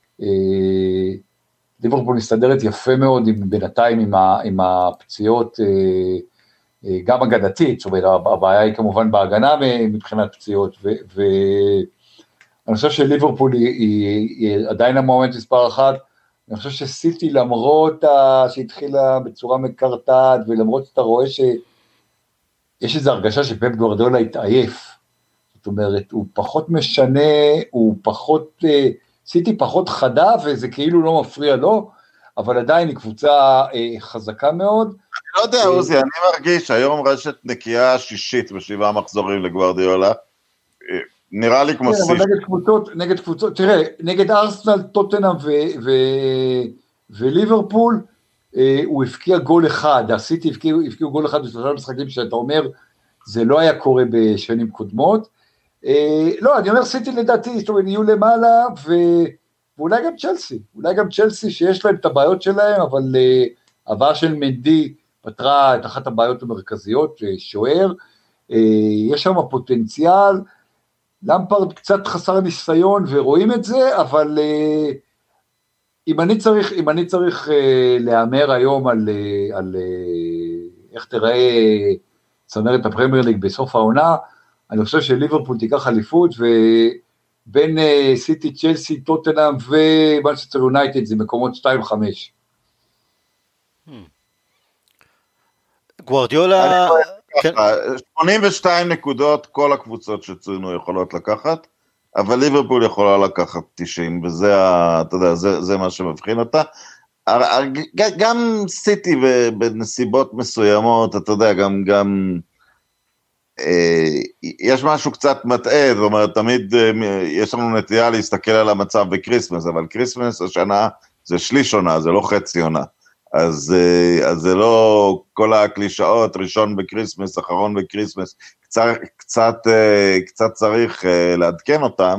Speaker 3: ליברפול מסתדרת יפה מאוד בינתיים עם, עם הפציעות, גם הגנתית, זאת אומרת, הבעיה היא כמובן בהגנה מבחינת פציעות, ואני חושב שליברפול היא, היא, היא עדיין המומנט מספר אחת, אני חושב שסיטי למרות שהתחילה בצורה מקרטעת, ולמרות שאתה רואה שיש איזו הרגשה שפפ גוארדיולה התעייף, זאת אומרת, הוא פחות משנה, הוא פחות... סיטי פחות חדה, וזה כאילו לא מפריע לו, אבל עדיין היא קבוצה אה, חזקה מאוד.
Speaker 2: אני לא יודע, עוזי, אני מרגיש, היום רשת נקייה שישית בשבעה מחזורים לגוארדיולה, נראה לי כמו
Speaker 3: כן, אבל נגד קבוצות, נגד קבוצות, תראה, נגד ארסנל, טוטנהאם ו- ו- וליברפול, אה, הוא הפקיע גול אחד, הסיטי הפקיעו, הפקיעו גול אחד בשלושה משחקים, שאתה אומר, זה לא היה קורה בשנים קודמות, לא, אני אומר סיטי לדעתי, זאת אומרת, יהיו למעלה, ואולי גם צ'לסי, אולי גם צ'לסי שיש להם את הבעיות שלהם, אבל הבאה של מנדי פתרה את אחת הבעיות המרכזיות, שוער, יש שם פוטנציאל, למפרד קצת חסר ניסיון, ורואים את זה, אבל אם אני צריך, אם אני צריך להאמר היום על, על איך תראה צמרת הפרמייר ליג בסוף העונה, אני חושב שליברפול תיקח אליפות, בין סיטי, צ'לסי, טוטנהאם ומנצ'סטר יונייטד, זה מקומות שתיים חמש.
Speaker 1: גוארדיולה...
Speaker 2: שמונים ושתיים נקודות, כל הקבוצות שציינו יכולות לקחת, אבל ליברפול יכולה לקחת תשעים, וזה, אתה יודע, זה, זה מה שמבחין אותה. גם סיטי בנסיבות מסוימות, אתה יודע, גם, גם, יש משהו קצת מטעה, זאת אומרת, תמיד יש לנו נטייה להסתכל על המצב בקריסמס, אבל קריסמס השנה זה שליש עונה, זה לא חצי עונה. אז, אז זה לא כל הקלישאות, ראשון בקריסמס, אחרון בקריסמס, קצת, קצת, קצת צריך לעדכן אותם.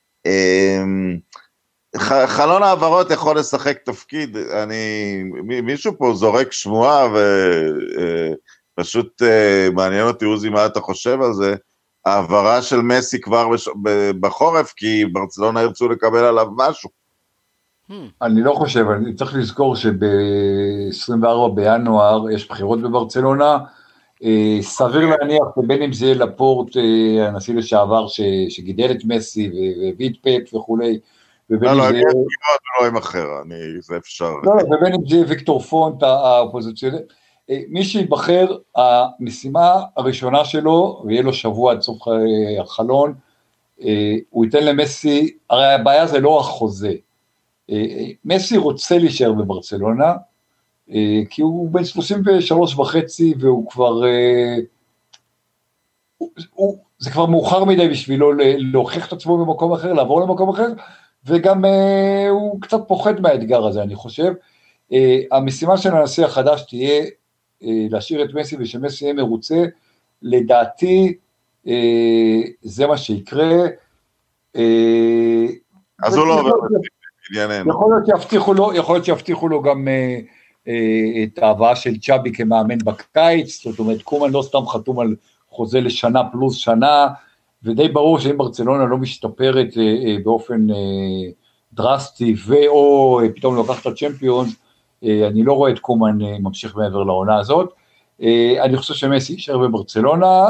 Speaker 2: חלון העברות יכול לשחק תפקיד, אני, מישהו פה זורק שמועה, ופשוט מעניין אותי עוזי מה אתה חושב על זה, העברה של מסי כבר בחורף, כי ברצלונה ירצו לקבל עליו משהו.
Speaker 3: אני לא חושב, אני צריך לזכור שב-עשרים וארבעה בינואר יש בחירות בברצלונה, סביר להניח שבין אם זה לפורט, הנשיא לשעבר שגידל את מסי והביא את פפ וכולי,
Speaker 2: לא, לא, הם יש בחירות ולא עם אחר, זה אפשר.
Speaker 3: לא, ובין אם זה ויקטור פונט, האופוזיציונר, מי שיבחר, המשימה הראשונה שלו, ויהיה לו שבוע עד סוף החלון, הוא ייתן למסי, הרי הבעיה זה לא החוזה, מסי רוצה להישאר בברצלונה, כי הוא בן שלושים ושלוש וחצי, והוא כבר, זה כבר מאוחר מדי בשבילו להוכיח את עצמו במקום אחר, לעבור למקום אחר, וגם הוא קצת פוחד מהאתגר הזה, אני חושב. המשימה של הנשיא החדש תהיה להשאיר את מסי, ושמסי יהיה מרוצה, לדעתי זה מה שיקרה.
Speaker 2: אז הוא לא עובר.
Speaker 3: יכול להיות שיבטיחו לו, יכול להיות שיבטיחו לו גם את ההבאה של צ'אבי כמאמן בקיץ, זאת אומרת, קומן לא סתם חתום על חוזה לשנה פלוס שנה, ודי ברור שאם ברצלונה לא משתפרת באופן דרסטי, ואו פתאום לוקחת את הצ'מפיונס, אני לא רואה את קומן ממשיך מעבר לעונה הזאת, אני חושב שמסי יישאר בברצלונה,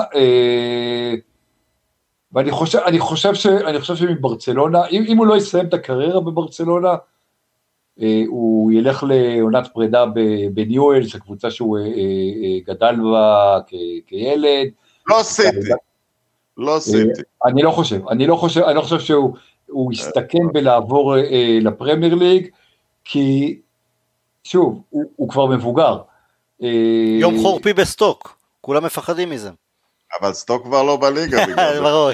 Speaker 3: ואני חושב, אני חושב ש, אני חושב שמברצלונה, אם, אם הוא לא יסיים את הקריירה בברצלונה, הוא ילך לעונת פרידה בניואל, שקבוצה שהוא גדל בה כילד.
Speaker 2: לא סיטי. לא סיטי.
Speaker 3: אני לא חושב, אני לא חושב, אני לא חושב שהוא יסתכן בלעבור לפרמייר ליג, כי, שוב, הוא, הוא כבר מבוגר.
Speaker 1: יום חורפי בסטוק, כולם מפחדים מזה.
Speaker 2: אבל סטוק כבר לא בליגה.
Speaker 1: ברור.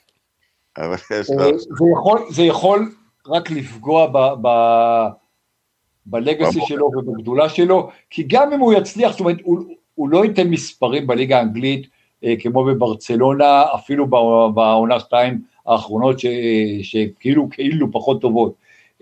Speaker 3: זה יכול רק לפגוע בלגאסי שלו ובגדולה שלו, כי גם אם הוא יצליח, זאת אומרת, הוא לא ייתן מספרים בליגה האנגלית, כמו בברצלונה, אפילו בעונה שתיים האחרונות, שכאילו כאילו פחות טובות.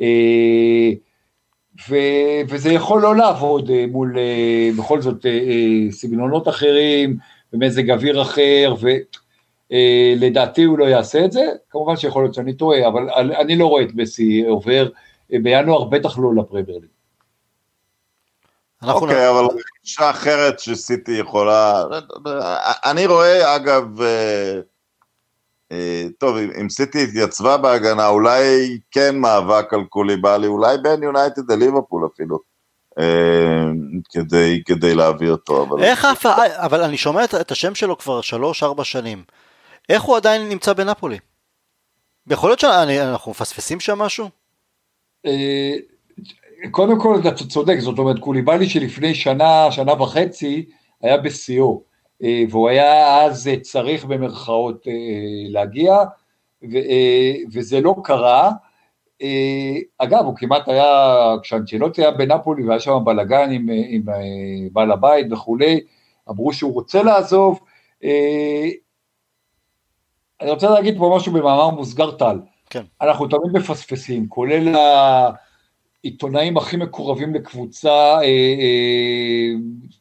Speaker 3: וזה יכול לא לעבוד מול, בכל זאת, סגנונות אחרים, במזג אוויר אחר, ולדעתי הוא לא יעשה את זה, כמובן שיכול להיות שאני טועה, אבל אני לא רואה את מסי עובר, בינואר בטח לא לפרמייר ליג.
Speaker 2: אוקיי, אבל אישה אחרת שסיטי יכולה, אני רואה אגב, טוב, אם סיטי התייצבה בהגנה, אולי כן מאבק על קוליבאלי, אולי בין יונייטד לליברפול אפילו, כדי, כדי להביא אותו. אבל...
Speaker 1: איך אף, אבל אני שומע את השם שלו כבר שלוש, ארבע שנים, איך הוא עדיין נמצא בנפולי? יכול להיות שאנחנו מפספסים שם משהו?
Speaker 3: קודם כל אתה צודק, זאת אומרת קוליבאלי שלפני שנה, שנה וחצי, היה בסיור, והוא היה אז צריך במרכאות להגיע, וזה לא קרה, אגב הוא כמעט היה, כשאנצ'לוטי היה בנפולי, והיה שם בלגן עם, עם בעל הבית וכולי, אמרו שהוא רוצה לעזוב, אני רוצה להגיד פה משהו במאמר מוסגר טל,
Speaker 1: כן. אנחנו
Speaker 3: תמיד מפספסים, כולל העיתונאים הכי מקורבים לקבוצה, אה, אה,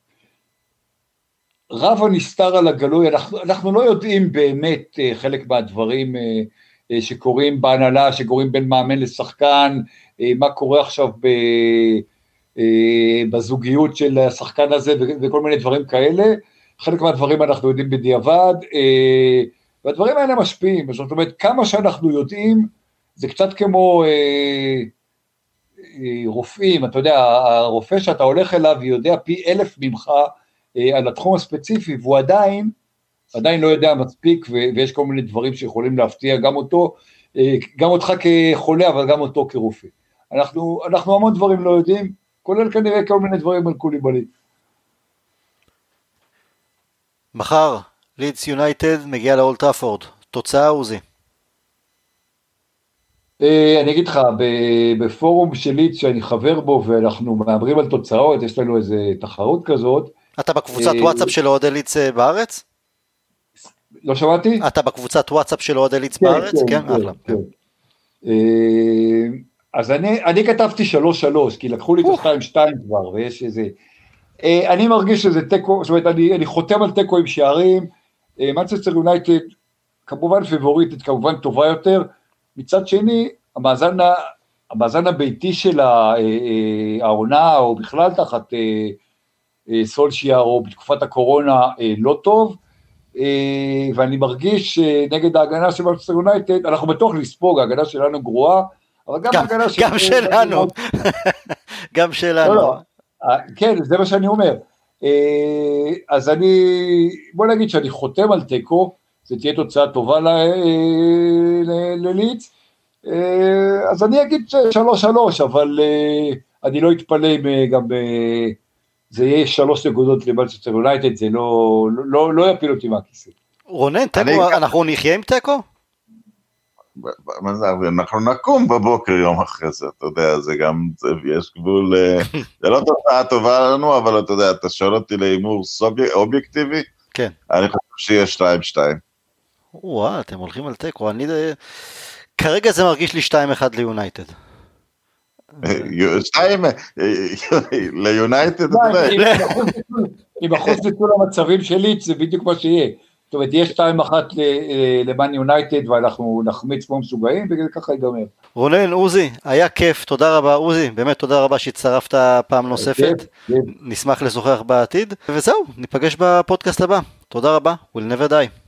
Speaker 3: רב הנסתר על הגלוי, אנחנו, אנחנו לא יודעים באמת אה, חלק מהדברים אה, אה, שקורים בהנהלה, שקורים בין מאמן לשחקן, אה, מה קורה עכשיו ב, אה, בזוגיות של השחקן הזה, ו- וכל מיני דברים כאלה, חלק מהדברים אנחנו יודעים בדיעבד, אה, והדברים האלה משפיעים, זאת אומרת, כמה שאנחנו יודעים, זה קצת כמו אה, אה, רופאים, אתה יודע, הרופא שאתה הולך אליו, יודע פי אלף ממך אה, על התחום הספציפי, והוא עדיין, עדיין לא יודע מספיק, ו- ויש כל מיני דברים שיכולים להפתיע גם אותו, אה, גם אותך כחולה, אבל גם אותו כרופא. אנחנו, אנחנו המון דברים לא יודעים, כולל כנראה כל מיני דברים על קוליבאלי.
Speaker 1: מחר, לידס יונייטד מגיע לאולד טראפורד, תוצאה עוזי.
Speaker 3: אני אגיד לך, בפורום של לידס שאני חבר בו, ואנחנו מאמרים על תוצאות, יש לנו איזו תחרות כזאת.
Speaker 1: אתה בקבוצת וואטסאפ של אוהדי לידס בארץ?
Speaker 3: לא שמעתי?
Speaker 1: אתה בקבוצת וואטסאפ של אוהדי לידס בארץ? כן, אחלה.
Speaker 3: אז אני כתבתי שלוש שלוש, כי לקחו לי את ה-שתיים שתיים כבר, ויש איזה... אני מרגיש שזה טקו, זאת אומרת, אני חותם על טקו עם שערים, מנצ'סטר יונייטד, כמובן פיבוריטית, כמובן טובה יותר, מצד שני, המאזן, המאזן הביתי של העונה, או בכלל תחת סולשייר, או בתקופת הקורונה, לא טוב, ואני מרגיש נגד ההגנה של מנצ'סטר יונייטד, אנחנו בטוח לספוג, ההגנה שלנו גרועה, אבל גם ההגנה
Speaker 1: שלנו. גם שלנו. גם שלנו.
Speaker 3: כן, זה מה שאני אומר. אז אני, בוא נגיד שאני חותם על טקו, זה תהיה תוצאה טובה ללידס, אז אני אגיד שלוש שלוש, אבל אני לא אתפלא אם גם זה יהיה שלוש נקודות למנצ'סטר יונייטד, זה לא יפיל אותי מהכיסא.
Speaker 1: רונן, טקו, אנחנו נחיה עם טקו?
Speaker 2: מה זה, אנחנו נקום בבוקר יום אחרי זה, אתה יודע, זה גם, יש גבול, זה לא תוצאה טובה לנו, אבל אתה יודע, אתה שואל אותי לאימור אובייקטיבי,
Speaker 1: כן. אני
Speaker 2: חושב שיהיה שתיים שתיים.
Speaker 1: וואו, אתם הולכים על טקו, אני, כרגע זה מרגיש לי שתיים אחד ליונייטד.
Speaker 2: שתיים, ליונייטד, אתה יודע.
Speaker 3: אם אחוז ניצול המצבים שלי, זה בדיוק מה שיהיה. זאת אומרת, יש שתיים אחת למאן יונייטד, ואנחנו נחמיץ כמו מסוגעים, וככה ייגמר.
Speaker 1: רונן, עוזי, היה כיף, תודה רבה, עוזי, באמת תודה רבה שהצטרפת פעם נוספת, נשמח לשוחח בעתיד, וזהו, ניפגש בפודקאסט הבא, תודה רבה, we'll never die.